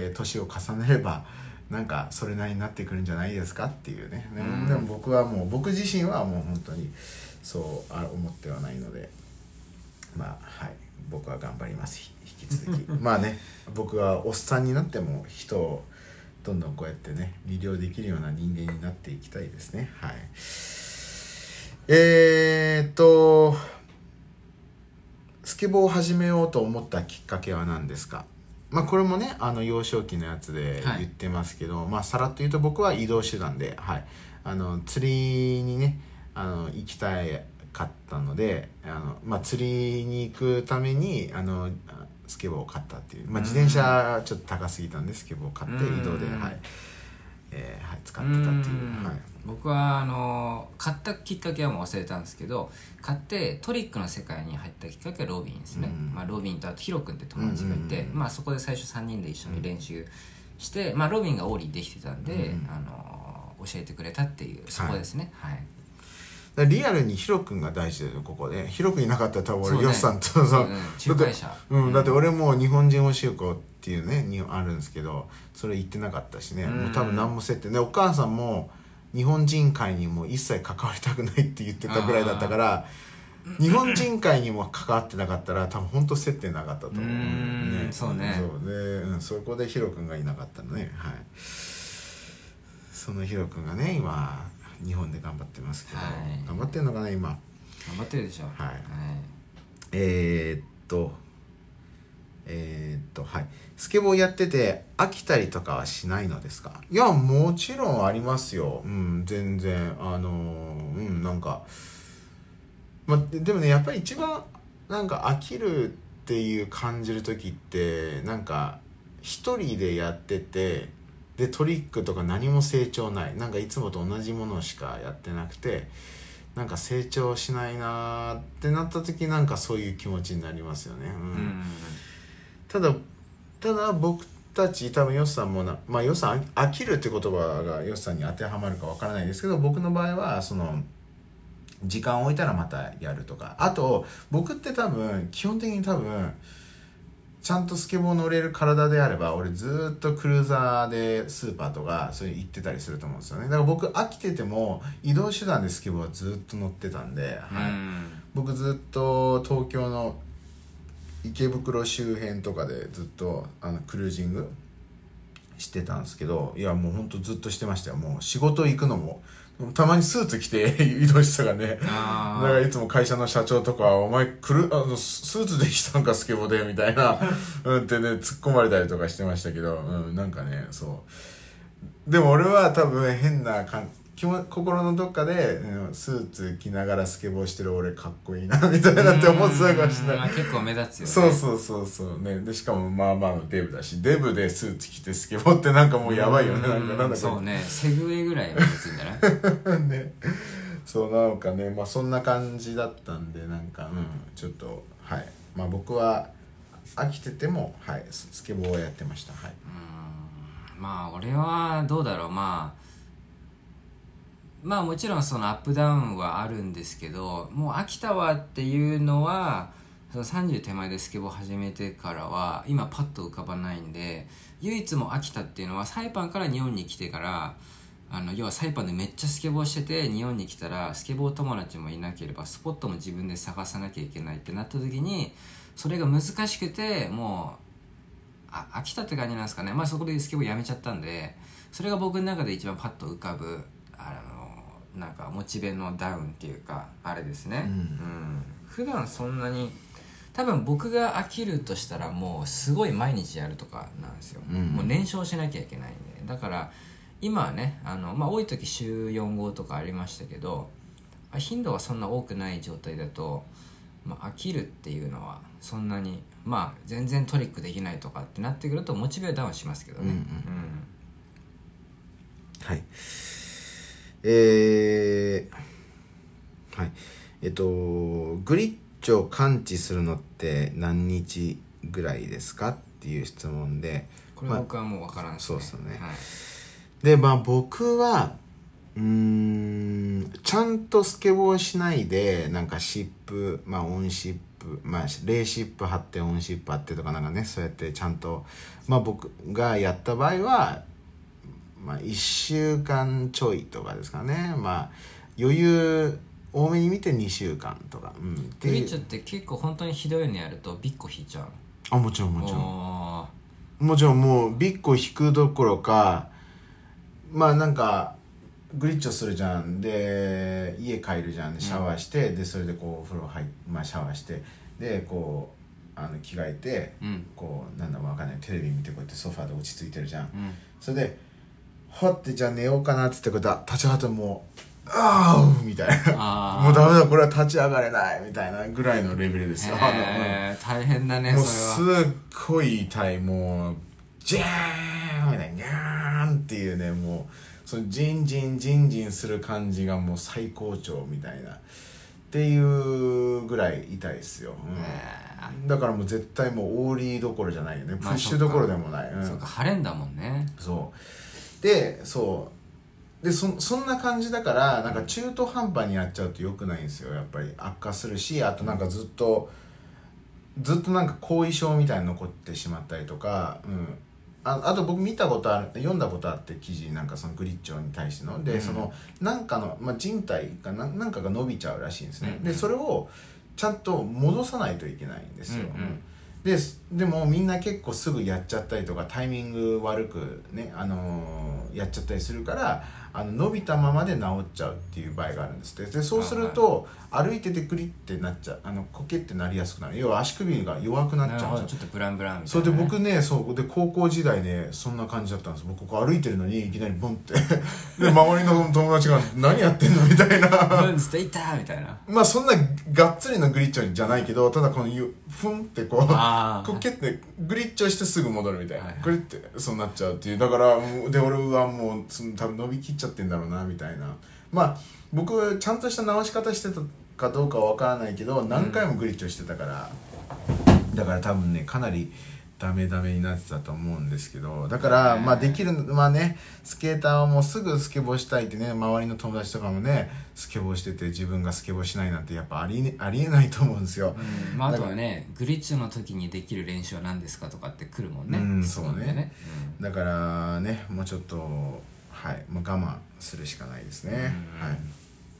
年を重ねればそれなりになってくるんじゃないですかっていうね。でも僕自身はもう本当にそう思ってはないので、僕は頑張ります、引き続き。僕はおっさんになっても人をどんどんこうやってね魅了できるような人間になっていきたいですね。スケボーを始めようと思ったきっかけは何ですか。これもね幼少期のやつで言ってますけど、さらっと言うと僕は移動手段で、釣りにね行きたかったので、釣りに行くためにスケボーを買ったっていう、自転車ちょっと高すぎたんでスケボーを買って移動で使ってたっていう。 僕は買ったきっかけはもう忘れたんですけど、買ってトリックの世界に入ったきっかけはロビンですね。ロビンとあとヒロ君って友達がいて、そこで最初3人で一緒に練習して、ロビンがオーリーできてたんで、教えてくれたっていう、そこですね。 リアルにヒロ君が大事だよここで。ヒロ君いなかったら多分俺ヨッさんと仲介者だって俺もう日本人教え子っていうねあるんですけど、それ言ってなかったしね、もう多分何も接点で、お母さんも日本人会にも一切関わりたくないって言ってたぐらいだったから、日本人会にも関わってなかったら多分本当接点なかったと思うね。 そうね。 そうで、そこでヒロ君がいなかったのね。そのヒロ君がね今日本で頑張ってますけど、頑張ってんのかな今。 頑張ってるでしょ。 スケボーやってて飽きたりとかはしないのですか。いやもちろんありますよ。全然でもねやっぱり一番飽きるっていう感じる時ってなんか一人でやっててでトリックとか何も成長ないなんかいつもと同じものしかやってなくてなんか成長しないなってなった時なんかそういう気持ちになりますよね、ただ僕たち多分ヨシさんもヨシさん飽きるって言葉がヨシさんに当てはまるかわからないですけど僕の場合はその時間を置いたらまたやるとかあと僕って多分基本的にちゃんとスケボー乗れる体であれば俺ずっとクルーザーでスーパーとかそういう行ってたりすると思うんですよねだから僕飽きてても移動手段でスケボーはずっと乗ってたんで、僕ずっと東京の池袋周辺とかでずっとクルージングしてたんですけどいやもうほんとずっとしてましたよもう仕事行くのもたまにスーツ着て移動してたからねだからいつも会社の社長とかお前スーツで来たんかスケボーでみたいなってね突っ込まれたりとかしてましたけど、なんかねそうでも俺は多分変な心のどっかで、スーツ着ながらスケボーしてる俺かっこいいなみたいなって思ってたかもしれない、 結構目立つよねそうねでしかもまあまあのデブだしデブでスーツ着てスケボーってなんかもうやばいよねなんだそうねセグウェイぐらい目立つんじゃないねそうなんかねそんな感じだったんでなんかちょっとはい僕は飽きててもスケボーをやってました俺はどうだろうもちろんそのアップダウンはあるんですけどもう飽きたわっていうのはその30手前でスケボー始めてからは今パッと浮かばないんで唯一も飽きたっていうのはサイパンから日本に来てから要はサイパンでめっちゃスケボーしてて日本に来たらスケボー友達もいなければスポットも自分で探さなきゃいけないってなった時にそれが難しくてもう飽きたって感じなんですかねそこでスケボーやめちゃったんでそれが僕の中で一番パッと浮かぶなんかモチベのダウンっていうかあれですね、普段そんなに多分僕が飽きるとしたらもうすごい毎日やるとかなんですよ、もう燃焼しなきゃいけないんでだから今はね多い時週4号とかありましたけど頻度はそんな多くない状態だと、飽きるっていうのはそんなに全然トリックできないとかってなってくるとモチベはダウンしますけどね、 はいグリッチを感知するのって何日ぐらいですかっていう質問でこれ僕はもう分からんですね、 そうですね、で僕はちゃんとスケボーしないでなんかシップオンシップレーシップ貼ってオンシップ貼ってとかなんかねそうやってちゃんと僕がやった場合は1週間ちょいとかですかね余裕多めに見て2週間とか、 グリッチって結構本当にひどいのやるとビッコ引いちゃうもちろんもうビッコ引くどころかなんかグリッチをするじゃんで家帰るじゃんでシャワーして、でそれでこうお風呂シャワーしてでこう着替えて、なんだか分かんないテレビ見てこうやってソファーで落ち着いてるじゃん、それではってじゃあ寝ようかなっつってことは立ち上がってもうみたいなもうダメだこれは立ち上がれないみたいなぐらいのレベルですよ大変だねもうそれはすっごい痛いもうジャーンみたいなギャーンっていうねもうそのジンジンする感じがもう最高潮みたいなっていうぐらい痛いですよ、だからもう絶対もうオーリーどころじゃないよねプッシュどころでもない、 そうか晴れんだもんねでそんな感じだからなんか中途半端にやっちゃうと良くないんですよやっぱり悪化するしあとなんかずっとなんか後遺症みたいに残ってしまったりとか、あと僕読んだことあって記事なんかそのグリッチョに対してので、そのなんかの、人体かなんかが伸びちゃうらしいんですね、でそれをちゃんと戻さないといけないんですよ、でもみんな結構すぐやっちゃったりとかタイミング悪くね、やっちゃったりするから伸びたままで治っちゃうっていう場合があるんですって。でそうすると、歩いててグリってなっちゃう、コケってなりやすくなる。要は足首が弱くなっちゃうんですよ。 ちょっとブランブランみたいな、ね、 それで僕ね、そうで高校時代ねそんな感じだったんです。僕ここ歩いてるのにいきなりボンってで周りの友達が何やってんのみたいなブンステイターみたいな、 まあそんながっつりのグリッチョじゃないけど、ただこのフンってこうコケってグリッチョしてすぐ戻るみたいな、グリってそうなっちゃうっていう。だからで俺はもう多分伸びきっちゃってんだろうなみたいな。まあ僕ちゃんとした直し方してたかどうかは分からないけど何回もグリッチョしてたから、だから多分ねかなりダメになってたと思うんですけど、だからまあできる、まあね、スケーターはもうすぐスケボーしたいってね、周りの友達とかもねスケボーしてて自分がスケボーしないなんてやっぱありえないと思うんですよ。 まああとはね、グリッチの時にできる練習は何ですかとかって来るもんね。 そうね。だからね、もうちょっとはい、もう我慢するしかないですね。はい。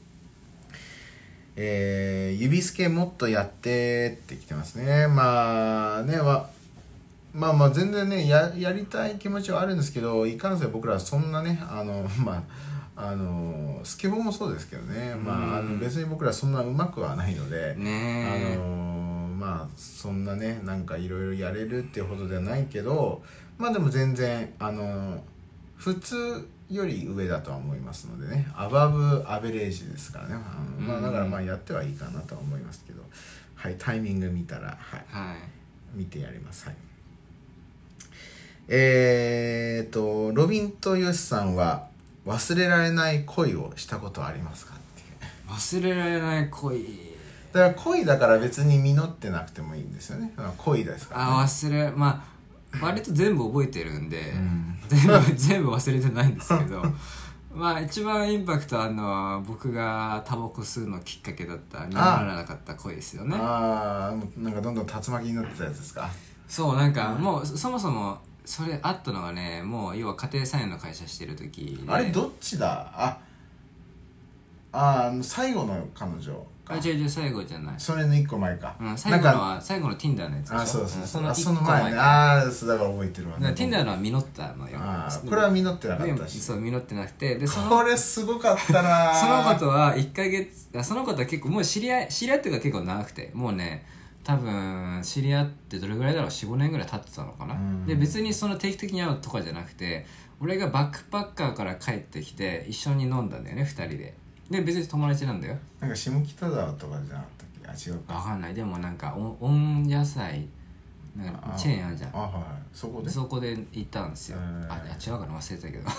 指スケもっとやってってきてますね。まあね、まあ全然ね やりたい気持ちはあるんですけど、いかんせん僕らはそんなねスケボーもそうですけどね、別に僕らそんなうまくはないので、まあそんなねなんかいろいろやれるっていうほどではないけど、まあでも全然普通より上だとは思いますのでね、アバブアベレージですからね。だからまあやってはいいかなとは思いますけど、はい、タイミング見たら、見てやります。はい。ロビンとヨシさんは忘れられない恋をしたことはありますかっていう。 忘れられない恋だから恋だから別に実ってなくてもいいんですよね。恋ですからね。 まあ割と全部覚えてるんで、全部忘れてないんですけどまあ一番インパクトあるのは僕がタバコ吸うのきっかけだった実らなかった恋ですよね。 なんかどんどん竜巻になってたやつですか。 そう、なんかもうそもそもそれあったのがね、もう要は家庭菜園の会社してる時あれどっちだ。最後の彼女か。 違う最後じゃない、 それの1個前か。 最後の Tinder のやつでしょ。 その前ね。だから覚えてるわね。 Tinder のは実ったのよ。 これは実ってなかったし。 そう実ってなくて、でこれすごかったなその子とは1ヶ月、その子とは結構もう知り合っていうか結構長くて、もうね多分知り合ってどれぐらいだろう、 4,5 年ぐらい経ってたのかな。で別にその定期的に会うとかじゃなくて、俺がバックパッカーから帰ってきて一緒に飲んだんだよね、2人で。で別に友達なんだよ。 なんか下北沢とかじゃなかったっけ。違うか分かんない。でもなんか温野菜なんかチェーンあるじゃん。そこで行ったんですよ。違うかな、忘れたけど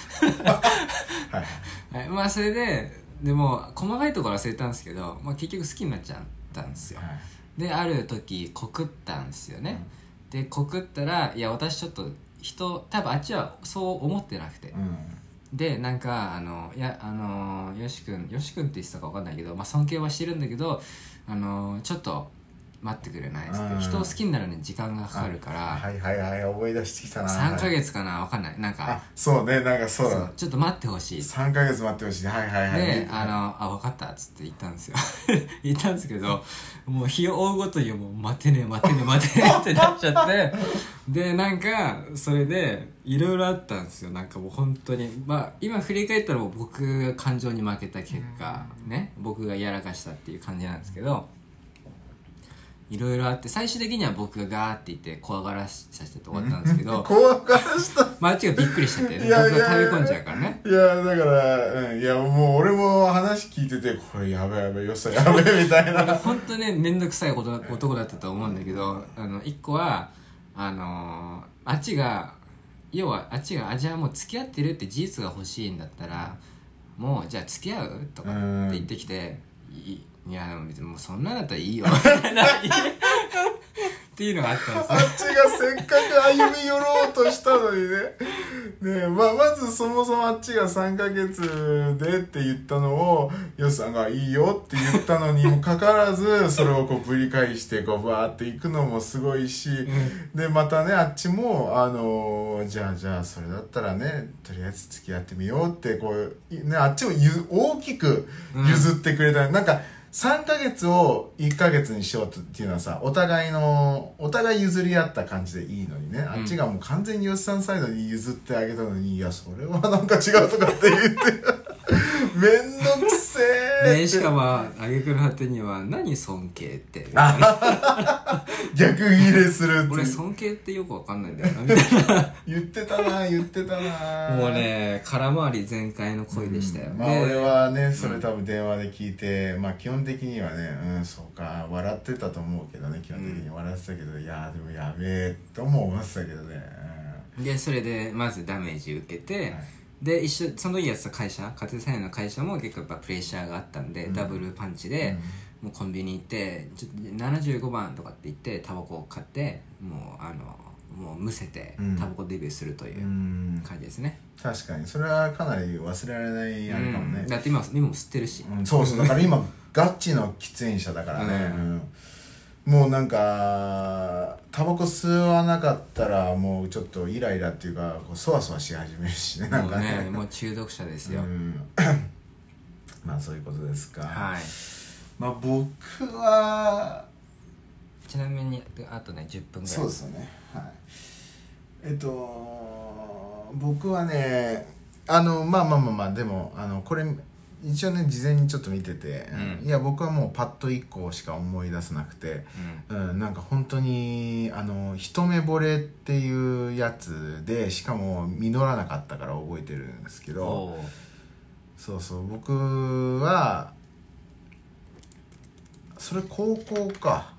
はい、まあそれでも細かいところ忘れたんですけど、結局好きになっちゃったんですよ。である時告ったんですよね。で告ったら、いや私ちょっと多分あっちはそう思ってなくて、でなんかよし君って言ってたか分かんないけど、尊敬はしてるんだけどちょっと待ってくれないっつって、人を好きになるのに時間がかかるから、 思い出してきたな。 3ヶ月かな、分かんない、なんかそうね、なんかそうだ、 ちょっと待ってほしい、 3ヶ月待ってほしい。で分かったっつって言ったんですよ言ったんですけど、もう日を追うごとにもう待てねってなっちゃってでなんかそれでいろいろあったんですよ。なんかもう本当に今振り返ったらもう僕が感情に負けた結果ね、僕がやらかしたっていう感じなんですけど、いろいろあって最終的には僕がガーって言って怖がらさせて終わったんですけど怖がらしたあっちがびっくりしちゃって、僕が食べ込んじゃうからね。 だからもう俺も話聞いてて、これやべえよさやべえみたいな本当ねめんどくさい男だったと思うんだけど、一個はあっちがじゃあもう付き合ってるって事実が欲しいんだったらもうじゃあ付き合うとかって言ってきて、いやでも別にもうそんなだったらいいよっていうのがあったんですよ。 あっちがせっかく歩み寄ろうとしたのにねまずそもそもあっちが3ヶ月でって言ったのをヨシさんがいいよって言ったのにもかかわらずそれをぶり返してバーっていくのもすごいし、でまたねあっちもじゃあそれだったらねとりあえず付き合ってみようってあっちも大きく譲ってくれた、なんか 3ヶ月を1ヶ月にしようっていうのはさ、お互い譲り合った感じでいいのにね、あっちがもう完全にヨシさんサイドに譲ってあげたのに、いやそれはなんか違うとかって言ってめんどくせえでしかも挙句の果てには何尊敬って逆ギレするって俺尊敬ってよくわかんないんだよなみたいな言ってたなもうね空回り全開の恋でしたよ、 まあ俺はねそれ多分電話で聞いて、まあ基本的にはねそうか笑ってたと思うけどね、基本的に笑ってたけど、いやでもやべえとも思ってたけどね、 でそれでまずダメージ受けて、でその時やってた会社家庭菜園の会社も結構やっぱプレッシャーがあったんで、ダブルパンチで、もうコンビニ行ってちょっと75番とかって言ってタバコを買ってもうむせてタバコデビューするという感じですね、 確かにそれはかなり忘れられないあれかもね、 だって今も吸ってるし、 そうだから今ガチの喫煙者だからね、もうなんかタバコ吸わなかったらもうちょっとイライラっていうかこうそわそわし始めるしね、なんかねもう中毒者ですよ、 まあそういうことですか。 はい。 まあ僕はちなみにあとね10分ぐらい。 そうですよね。はい。僕はねまあでもこれ一応ね事前にちょっと見てて、いや僕はもうパッと1個しか思い出せなくて、なんか本当に一目惚れっていうやつでしかも実らなかったから覚えてるんですけど、そう僕はそれ高校か、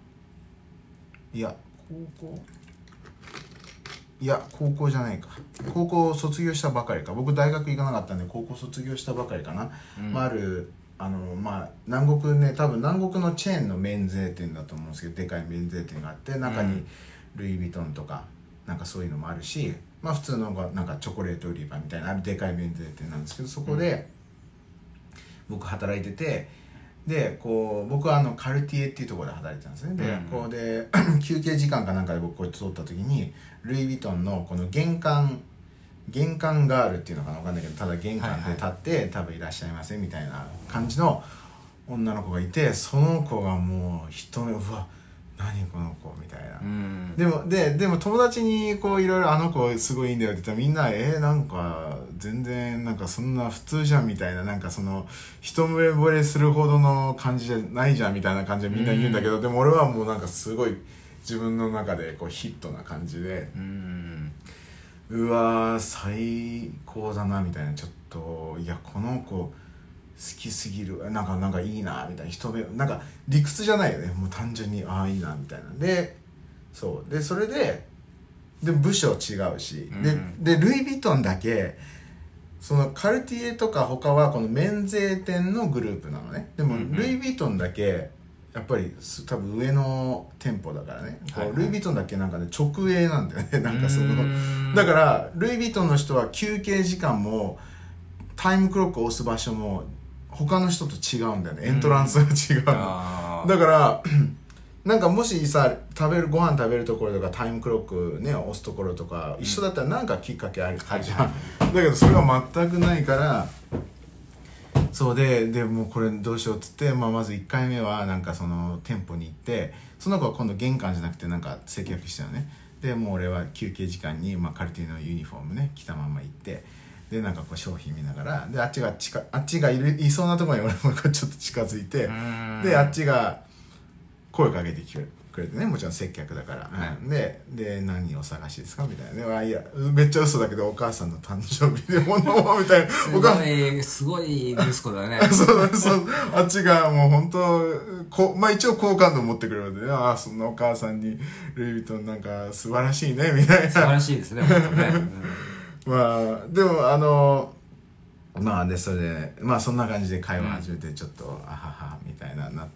高校じゃないか、高校卒業したばかりか、僕大学行かなかったんで高校卒業したばかりかな、ある南国ね、多分南国のチェーンの免税店だと思うんですけど、でかい免税店があって中にルイ・ヴィトンとかなんかそういうのもあるし、まあ普通のなんかチョコレート売り場みたいなあるでかい免税店なんですけど、そこで僕働いてて、でこう僕はカルティエっていうところで働いてたんですね。で、こうで休憩時間かなんかで僕こうやって通った時にルイ・ヴィトンのこの玄関ガールっていうのかな分かんないけど、ただ玄関で立って、多分いらっしゃいませみたいな感じの女の子がいて、その子がもう一目、うわ何この子みたいな、でも友達にこういろいろあの子すごいいいんだよって言ったらみんななんか全然なんかそんな普通じゃんみたいな、なんかその一目惚れするほどの感じじゃないじゃんみたいな感じでみんな言うんだけど、でも俺はもうなんかすごい自分の中でこうヒットな感じで、うわー最高だなみたいな、ちょっといやこの子好きすぎる、なんかいいなみたいな、一目なんか理屈じゃないよね、もう単純にああいいなみたいなで、そうでそれで部署違うし、でルイ・ヴィトンだけそのカルティエとか他はこの免税店のグループなのね。でもルイ・ヴィトンだけやっぱり多分上の店舗だからね、ルイ・ヴィトンだけなんかね直営なんだよね、なんかそのだからルイ・ヴィトンの人は休憩時間もタイムクロックを押す場所も他の人と違うんだよね、エントランスが違うの、だからなんかもしさご飯食べるところとかタイムクロックね押すところとか一緒だったらなんかきっかけあるじゃん、だけどそれが全くないから、そうでもうこれどうしようっつって、まず1回目はなんかその店舗に行って、その子は今度玄関じゃなくてなんか接客したのね。でもう俺は休憩時間に、カルティのユニフォームね着たまま行って、でなんかこう商品見ながら、であっちがいそうなところに俺もちょっと近づいて、であっちが声かけてくれてね、もちろん接客だから、で何を探しですかみたいなね、いやめっちゃ嘘だけどお母さんの誕生日で物をみたいなすごい息子だねそうあっちがもう本当一応好感度持ってくれるので、そんなお母さんにルイ・ヴィトンなんか素晴らしいねみたいな、 素晴らしいですね本当ね、 でもでそれでそんな感じで会話始めて、ちょっとあははみたいなって、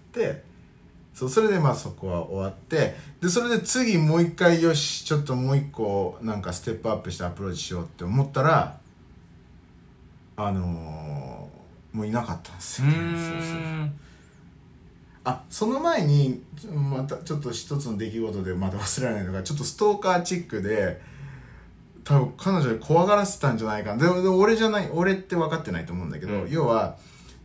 それでそこは終わって、でそれで次もう一回よしちょっともう一個なんかステップアップしてアプローチしようって思ったらもういなかったんですよ、その前にまたちょっと一つの出来事でまだ忘れられないのが、ちょっとストーカーチックで多分彼女に怖がらせたんじゃないかな。で俺って分かってないと思うんだけど、要は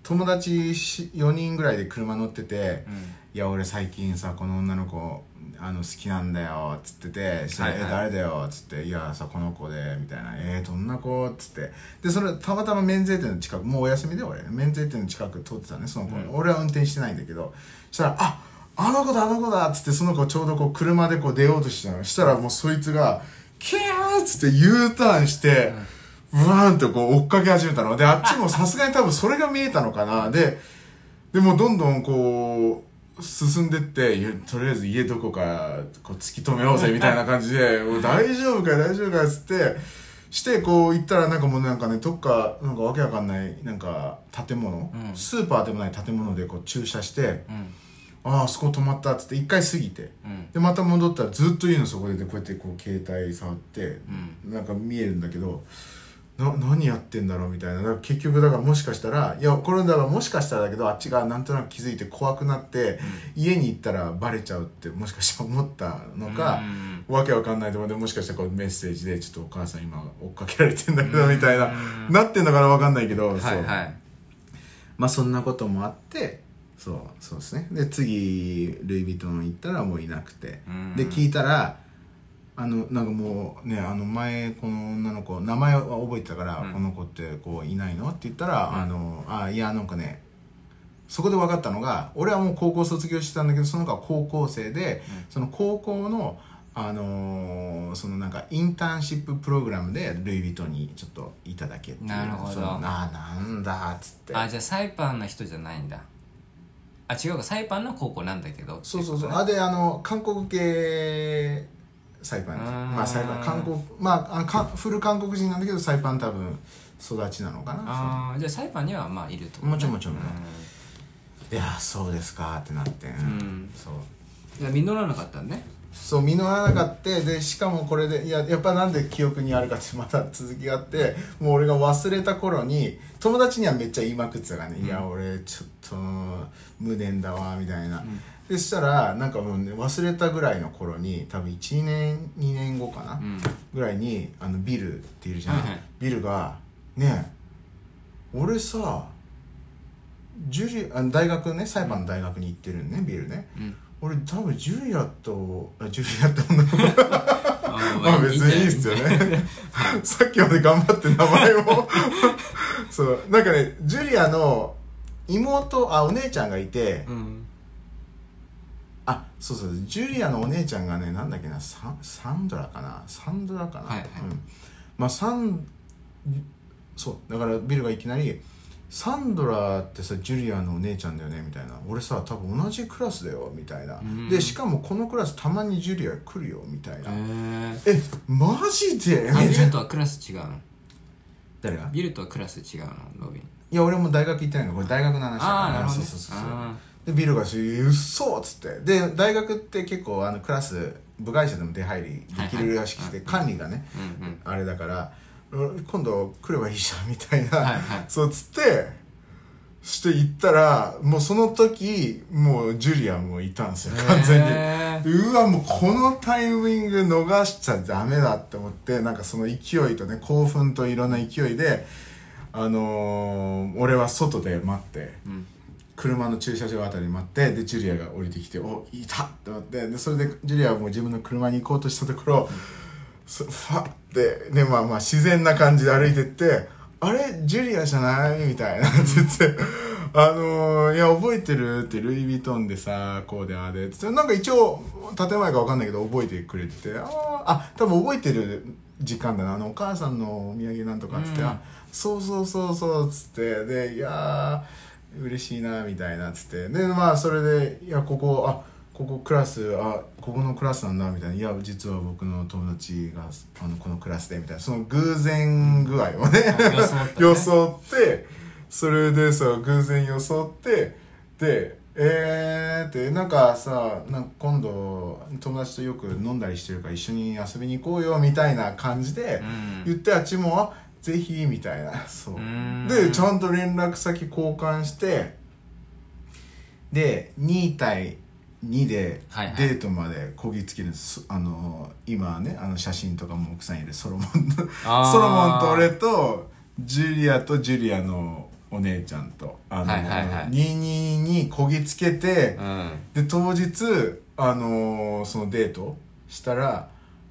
友達4人ぐらいで車乗ってて、いや俺最近さこの女の子好きなんだよっつってて、誰だよっつって、いやさこの子でみたいな、どんな子っつって、でそれたまたま免税店の近く、もうお休みで俺免税店の近く通ってたねその子、俺は運転してないんだけど、そしたらあの子だっつって、その子ちょうどこう車でこう出ようとしたの、したらもうそいつがキャーっつって U ターンして、ブワーンってこう追っかけ始めたので、あっちもさすがに多分それが見えたのかな。でもどんどんこう進んでって、とりあえず家どこかこう突き止めようぜみたいな感じで大丈夫かっつってしてこう行ったら、なんかもうなんかね、どっかなんかわけわかんないなんか建物、スーパーでもない建物でこう駐車して、あそこ止まったっつって一回過ぎて、でまた戻ったらずっといいの、そこでこうやってこう携帯触って、なんか見えるんだけど、何やってんだろうみたいな。だから結局だからもしかしたら、いやこれだからもしかしたらだけど、あっちがなんとなく気づいて怖くなって、家に行ったらバレちゃうってもしかしたら思ったのか、わけわかんないところでもしかしたらこうメッセージでちょっとお母さん今追っかけられてんだけどみたいな、なってんのかなわかんないけど、そう、まあそんなこともあって、そうですね。で次ルイ・ヴィトン行ったらもういなくて、で聞いたらなんかもうね、前この女の子名前は覚えてたから、この子ってこういないのって言ったら、いやなんかね、そこで分かったのが、俺はもう高校卒業してたんだけど、その子は高校生で、その高校のそのなんかインターンシッププログラムでルイ・ヴィトンにちょっといただけっていう。 なるほど。 なんだっつって、 じゃあサイパンの人じゃないんだ。違うか、サイパンの高校なんだけど。 そうで韓国系サイパン、まあサイパン韓国、フル韓国人なんだけど、サイパン多分育ちなのかな。 じゃあサイパンにはまあいると、 もちろん、いやそうですかってなって、 そういや実らなかったね。 そう実らなかった。でしかもこれでやっぱなんで記憶にあるかってまた続きがあって、もう俺が忘れた頃に友達にはめっちゃ言いまくってたからね、いや俺ちょっと無念だわみたいな、でしたらなんかもうね、忘れたぐらいの頃に多分1年2年後かな、ぐらいにビルっているじゃん、ビルがね、俺さ大学ね、サイパンの大学に行ってるね、ビルね、俺多分ジュリアって女の子まあ別にいいっすよねさっきまで頑張って名前をそうなんかね、ジュリアのお姉ちゃんがいて、そうジュリアのお姉ちゃんがね、なんだっけな、サンドラかな、まあそうだからビルがいきなりサンドラってさジュリアのお姉ちゃんだよねみたいな、俺さ多分同じクラスだよみたいな、でしかもこのクラスたまにジュリア来るよみたいな、マジでビルとはクラス違うの？ 誰が？ ビルとはクラス違うのロビン？ いや俺も大学行ってないの、これ大学の話だから。 なるほど。 でビルがうっそっつって、で大学って結構クラス部外者でも出入りできるらしくて、管理がね、あれだから今度来ればいいじゃんみたいな、そうつってして行ったら、もうその時もうジュリアもいたんですよ完全に。うわもうこのタイミング逃しちゃダメだって思って、なんかその勢いとね、興奮といろんな勢いで俺は外で待って、車の駐車場あたりに待って、でジュリアが降りてきて、いたって思って、でそれでジュリアはもう自分の車に行こうとしたところ、ファッてね、まあ自然な感じで歩いてって、あれジュリアじゃないみたいなって言っていや覚えてるってルイ・ヴィトンでさこうででってなんか一応建前か分かんないけど覚えてくれてて、多分覚えてる時間だな、お母さんのお土産なんとかっつって、そうっつって、でいやー嬉しいなみたいなっつって、でまあそれでいやここクラスここのクラスなんだみたいな、いや実は僕の友達がこのクラスでみたいな、その偶然具合をね装って、それでさ偶然装って、でってなんかさ、今度友達とよく飲んだりしてるから一緒に遊びに行こうよみたいな感じで言って、あっちもぜひみたいな、そうでちゃんと連絡先交換して、で2対2でデートまでこぎつけるんです、今ね写真とかも奥さんいるソロモンと俺とジュリアとジュリアのお姉ちゃんと 22 にこぎつけて、で当日そのデートしたら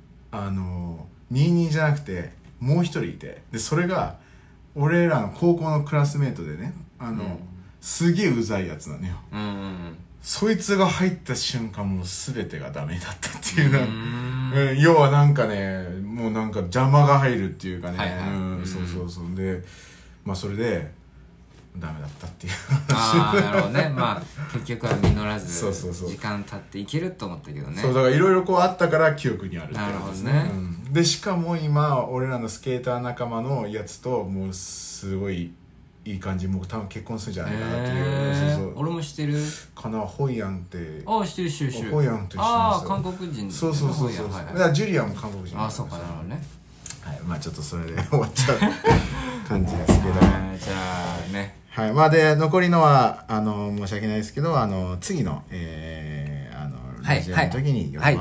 22じゃなくてもう一人いて、でそれが俺らの高校のクラスメートでねすげえうざいやつなのよ。そいつが入った瞬間もう全てがダメだったっていうな、要はなんかねもうなんか邪魔が入るっていうかね、そうでそれでダメだったっていう話。なるほどね。結局は実らず時間経っていけると思ったけどね。 そうだからいろいろこうあったから記憶にあるってなるほどですね。 でしかも今俺らのスケーター仲間のやつともうすごいいい感じ、もう多分結婚するんじゃないかなっていう。 俺も知ってるかな。ホイアンって知ってるホイアンと一緒に韓国人。 そうだからジュリアンも韓国人。 そうかなるほどね。 はい、ちょっとそれで終わっちゃう感じですけど、 じゃあね、 はい、で残りのは申し訳ないですけど次のラジオの時に